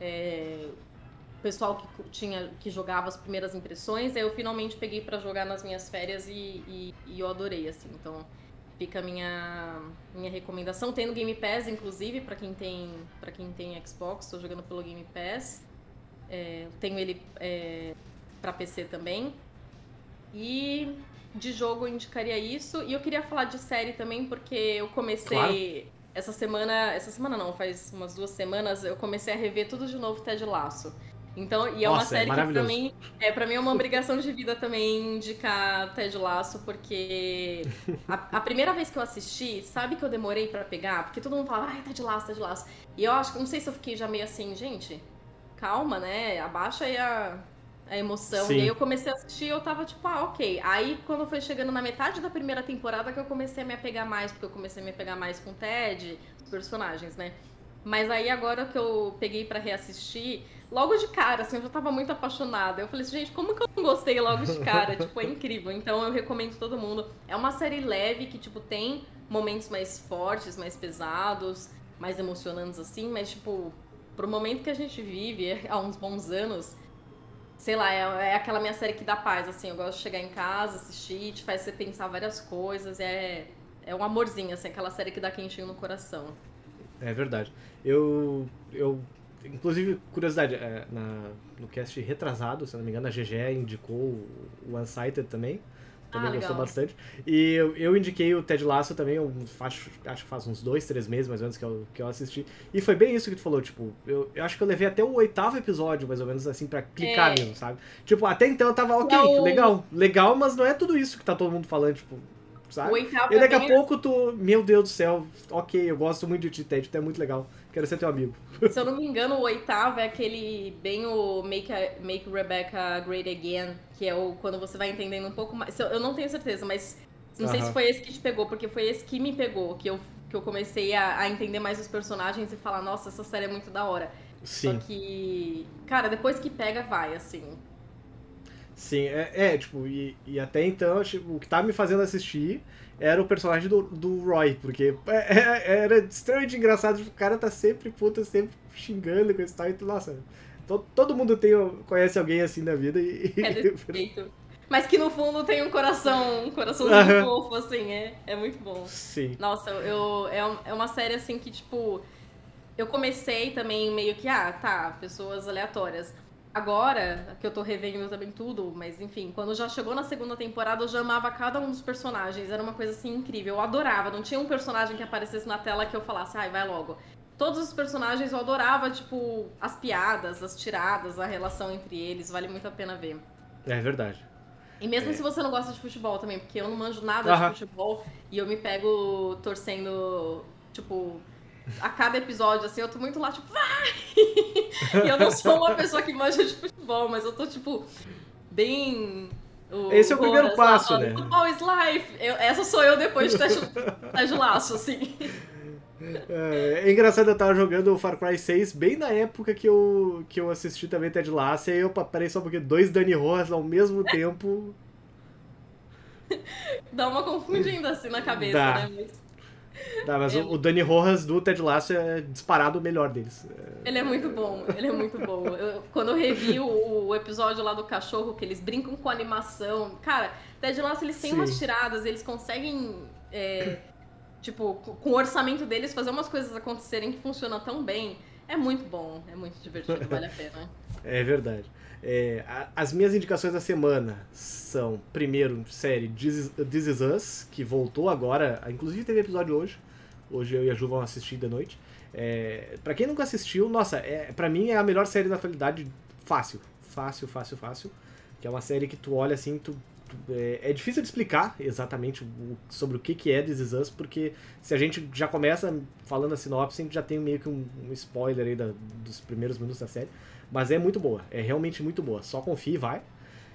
o pessoal que jogava as primeiras impressões, aí eu finalmente peguei pra jogar nas minhas férias e eu adorei, assim, então... Fica a minha recomendação. Tem no Game Pass, inclusive, pra quem tem Xbox. Tô jogando pelo Game Pass. Tenho ele pra PC também. E de jogo eu indicaria isso. E eu queria falar de série também, porque eu comecei... Claro. Essa semana não, faz umas 2 semanas, eu comecei a rever tudo de novo Ted Lasso. Então, e é uma série que pra mim é uma obrigação de vida também indicar Ted Lasso, porque a primeira vez que eu assisti, sabe que eu demorei pra pegar? Porque todo mundo falava, Ted Lasso, Ted Lasso. E eu acho que, não sei se eu fiquei já meio assim, gente, calma, né? Abaixa aí a emoção. Sim. E aí eu comecei a assistir e eu tava tipo, ok. Aí quando foi chegando na metade da primeira temporada que eu comecei a me apegar mais, porque eu comecei a me apegar mais com o Ted, os personagens, né? Mas aí agora que eu peguei pra reassistir, logo de cara, assim, eu já tava muito apaixonada. Eu falei assim, gente, como que eu não gostei logo de cara? Tipo, é incrível. Então eu recomendo todo mundo. É uma série leve que, tipo, tem momentos mais fortes, mais pesados, mais emocionantes, assim. Mas, tipo, pro momento que a gente vive, há uns bons anos, sei lá, é aquela minha série que dá paz, assim. Eu gosto de chegar em casa, assistir, te faz você pensar várias coisas. É um amorzinho, assim, aquela série que dá quentinho no coração. É verdade. Inclusive, curiosidade, no cast retrasado, se não me engano, a GG indicou o Unsighted também. Também gostou bastante. E eu indiquei o Ted Lasso também, acho que faz uns 2, 3 meses mais ou menos que eu assisti. E foi bem isso que tu falou, tipo, eu acho que eu levei até o 8º episódio, mais ou menos, assim, pra clicar mesmo, sabe? Tipo, até então eu tava, ok, legal, mas não é tudo isso que tá todo mundo falando, tipo... Sabe? E daqui a pouco meu Deus do céu, ok, eu gosto muito de ti, Ted, tu é muito legal, quero ser teu amigo. Se eu não me engano, o 8º é aquele bem o Make Rebecca Great Again, que é quando você vai entendendo um pouco mais. Eu não tenho certeza, mas não sei se foi esse que te pegou, porque foi esse que me pegou, que eu comecei a entender mais os personagens e falar, nossa, essa série é muito da hora. Sim. Só que, cara, depois que pega, vai, assim. Sim, tipo, e até então, tipo, o que tava me fazendo assistir era o personagem do Roy, porque era extremamente engraçado, tipo, o cara tá sempre sempre xingando com esse tal, e nossa, todo mundo conhece alguém assim na vida e... É desse jeito. Mas que no fundo tem um coraçãozinho fofo, assim, é muito bom. Sim. Nossa, é uma série assim que, tipo, eu comecei também meio que, pessoas aleatórias. agora, que eu tô revendo também tudo, mas enfim, quando já chegou na segunda temporada, eu já amava cada um dos personagens. Era uma coisa assim incrível. Eu adorava. Não tinha um personagem que aparecesse na tela que eu falasse, ai, vai logo. Todos os personagens eu adorava, tipo, as piadas, as tiradas, a relação entre eles. Vale muito a pena ver. É verdade. E mesmo se você não gosta de futebol também, porque eu não manjo nada de futebol e eu me pego torcendo, tipo, a cada episódio, assim, eu tô muito lá, tipo, vai! E eu não sou uma pessoa que manja de futebol, mas eu tô, tipo, bem... Esse é o primeiro passo, falando, né? Football is life! Essa sou eu depois de Ted Lasso, assim. É engraçado, eu tava jogando o Far Cry 6 bem na época que eu assisti também Ted Lasso, e aí eu parei só porque 2 Dani Rojas ao mesmo tempo... Dá uma confundida assim na cabeça, Dá. né? Mas o Dani Rojas do Ted Lasso é disparado o melhor deles. Ele é muito bom, ele é muito bom. Quando eu revi o episódio lá do cachorro, que eles brincam com animação... Cara, Ted Lasso, eles têm umas tiradas, eles conseguem... tipo, com o orçamento deles, fazer umas coisas acontecerem que funcionam tão bem. É muito bom, é muito divertido, vale a pena. É verdade. As minhas indicações da semana são, primeiro, série This Is Us, que voltou agora, inclusive teve episódio hoje. Hoje eu e a Ju vão assistir de noite. Pra quem nunca assistiu, nossa, pra mim é a melhor série da atualidade, fácil. Fácil. Que é uma série que tu olha assim, é difícil de explicar exatamente sobre o que é This Is Us, porque se a gente já começa falando a sinopse, a gente já tem meio que um spoiler aí dos primeiros minutos da série. Mas é muito boa, é realmente muito boa. Só confie e vai.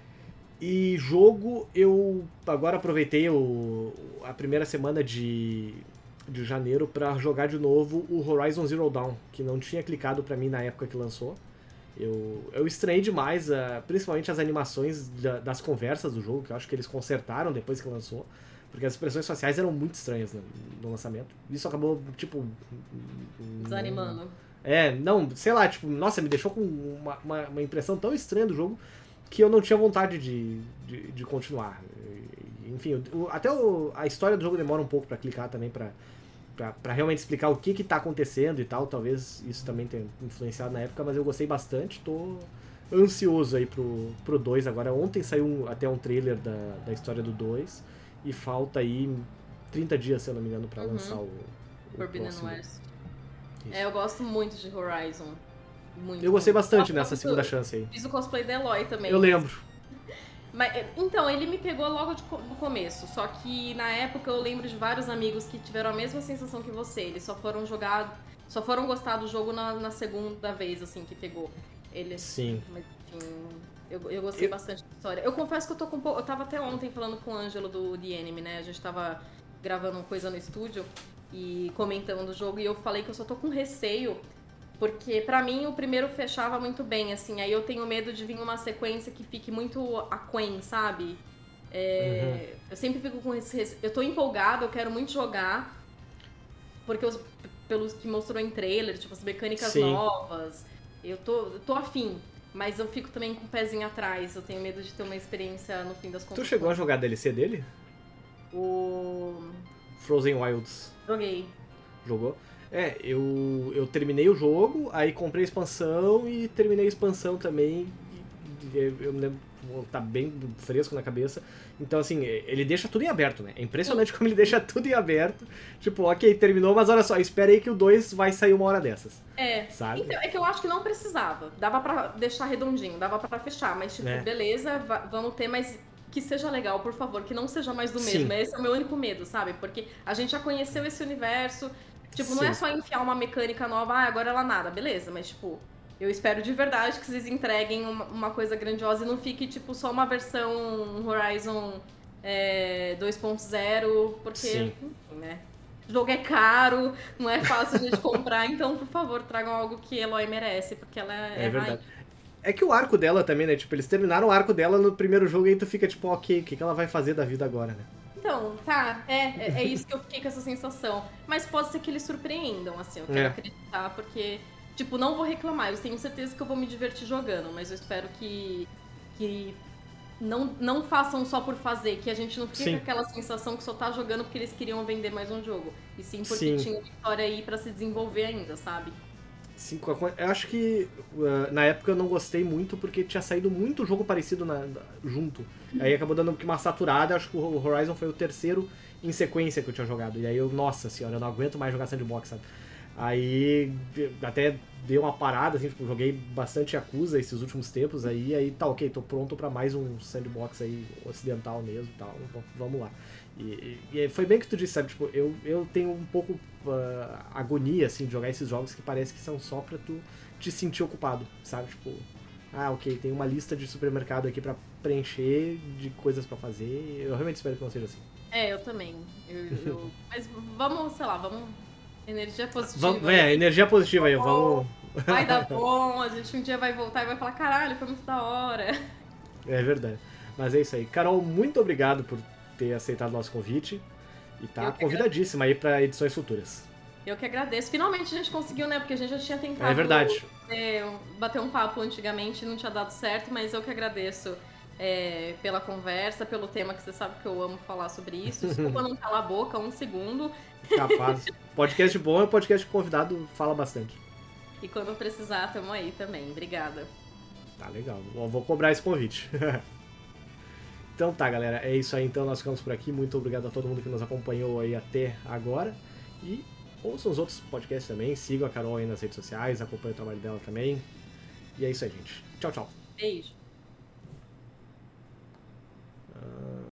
E jogo, eu agora aproveitei a primeira semana de janeiro pra jogar de novo o Horizon Zero Dawn, que não tinha clicado pra mim na época que lançou. Eu estranhei demais, principalmente as animações das conversas do jogo, que eu acho que eles consertaram depois que lançou, porque as expressões faciais eram muito estranhas no lançamento. Isso acabou, tipo... Desanimando. Não, sei lá, tipo, nossa, me deixou com uma impressão tão estranha do jogo que eu não tinha vontade de continuar. Enfim, até a história do jogo demora um pouco pra clicar também, pra realmente explicar o que tá acontecendo e tal. Talvez isso também tenha influenciado na época, mas eu gostei bastante. Tô ansioso aí pro 2 agora. Ontem saiu até um trailer da história do 2 e falta aí 30 dias, se eu não me engano, pra lançar o Forbidden próximo. West. Eu gosto muito de Horizon. Muito. Eu gostei bastante nessa segunda chance aí. Fiz o cosplay da Eloy também. Eu lembro. Mas, então, ele me pegou logo no começo. Só que na época eu lembro de vários amigos que tiveram a mesma sensação que você. Eles só foram gostar do jogo na segunda vez, assim, que pegou. Sim. Mas, enfim, eu gostei bastante da história. Eu confesso que eu tô com um pouco... Eu tava até ontem falando com o Ângelo do The Enemy, né? A gente tava gravando uma coisa no estúdio e comentando o jogo, e eu falei que eu só tô com receio, porque pra mim o primeiro fechava muito bem, assim, aí eu tenho medo de vir uma sequência que fique muito aquém, sabe? Eu sempre fico com esse receio. Eu tô empolgada, eu quero muito jogar, porque pelos que mostrou em trailer, tipo, as mecânicas novas, eu tô afim, mas eu fico também com o pezinho atrás, eu tenho medo de ter uma experiência no fim das contas. Tu chegou a jogar a DLC dele? O Frozen Wilds. Joguei. Jogou? Eu terminei o jogo, aí comprei a expansão e terminei a expansão também. Eu me lembro, tá bem fresco na cabeça. Então, assim, ele deixa tudo em aberto, né? É impressionante como ele deixa tudo em aberto. Tipo, ok, terminou, mas olha só, espera aí que o 2 vai sair uma hora dessas. Sabe? Então, é que eu acho que não precisava. Dava pra deixar redondinho, dava pra fechar. Mas, tipo, beleza, vamos ter, mas que seja legal, por favor, que não seja mais do mesmo. Sim. Esse é o meu único medo, sabe? Porque a gente já conheceu esse universo. Tipo, não é só enfiar uma mecânica nova, agora ela nada, beleza. Mas, tipo, eu espero de verdade que vocês entreguem uma coisa grandiosa e não fique, tipo, só uma versão Horizon 2.0, porque, enfim, né? O jogo é caro, não é fácil a gente comprar, então, por favor, tragam algo que a Eloy merece, porque ela é verdade. É que o arco dela também, né? Tipo, eles terminaram o arco dela no primeiro jogo e aí tu fica, tipo, ok, o que ela vai fazer da vida agora, né? Então, tá, é isso que eu fiquei com essa sensação. Mas pode ser que eles surpreendam, assim, eu quero acreditar, porque, tipo, não vou reclamar, eu tenho certeza que eu vou me divertir jogando, mas eu espero que não façam só por fazer, que a gente não fique com aquela sensação que só tá jogando porque eles queriam vender mais um jogo, e sim porque tinha uma história aí pra se desenvolver ainda, sabe? Eu acho que na época eu não gostei muito porque tinha saído muito jogo parecido junto. Aí acabou dando uma saturada. Acho que o Horizon foi o terceiro em sequência que eu tinha jogado. E aí nossa senhora, eu não aguento mais jogar sandbox, sabe? Aí até dei uma parada, assim, tipo, joguei bastante Yakuza esses últimos tempos. Aí tá ok, tô pronto pra mais um sandbox aí ocidental mesmo e tal. Vamos lá. E foi bem que tu disse, sabe? Tipo, eu tenho um pouco agonia, assim, de jogar esses jogos que parece que são só pra tu te sentir ocupado, sabe? Tipo, ok, tem uma lista de supermercado aqui pra preencher de coisas pra fazer. Eu realmente espero que não seja assim. Eu também. Mas vamos, sei lá, vamos... Energia positiva. Energia positiva aí, vamos... Vai dar bom, a gente um dia vai voltar e vai falar, caralho, foi muito da hora. É verdade. Mas é isso aí. Carol, muito obrigado por ter aceitado o nosso convite. E tá convidadíssima aí pra edições futuras. Eu que agradeço. Finalmente a gente conseguiu, né? Porque a gente já tinha tentado É verdade. Bater um papo antigamente e não tinha dado certo, mas eu que agradeço pela conversa, pelo tema que você sabe que eu amo falar sobre isso. Desculpa não calar a boca um segundo. Capaz. Podcast bom é podcast que o convidado fala bastante. E quando eu precisar, tamo aí também. Obrigada. Tá legal. Vou cobrar esse convite. Então tá, galera. É isso aí. Então nós ficamos por aqui. Muito obrigado a todo mundo que nos acompanhou aí até agora. E ouçam os outros podcasts também. Sigam a Carol aí nas redes sociais. Acompanhem o trabalho dela também. E é isso aí, gente. Tchau, tchau. Beijo.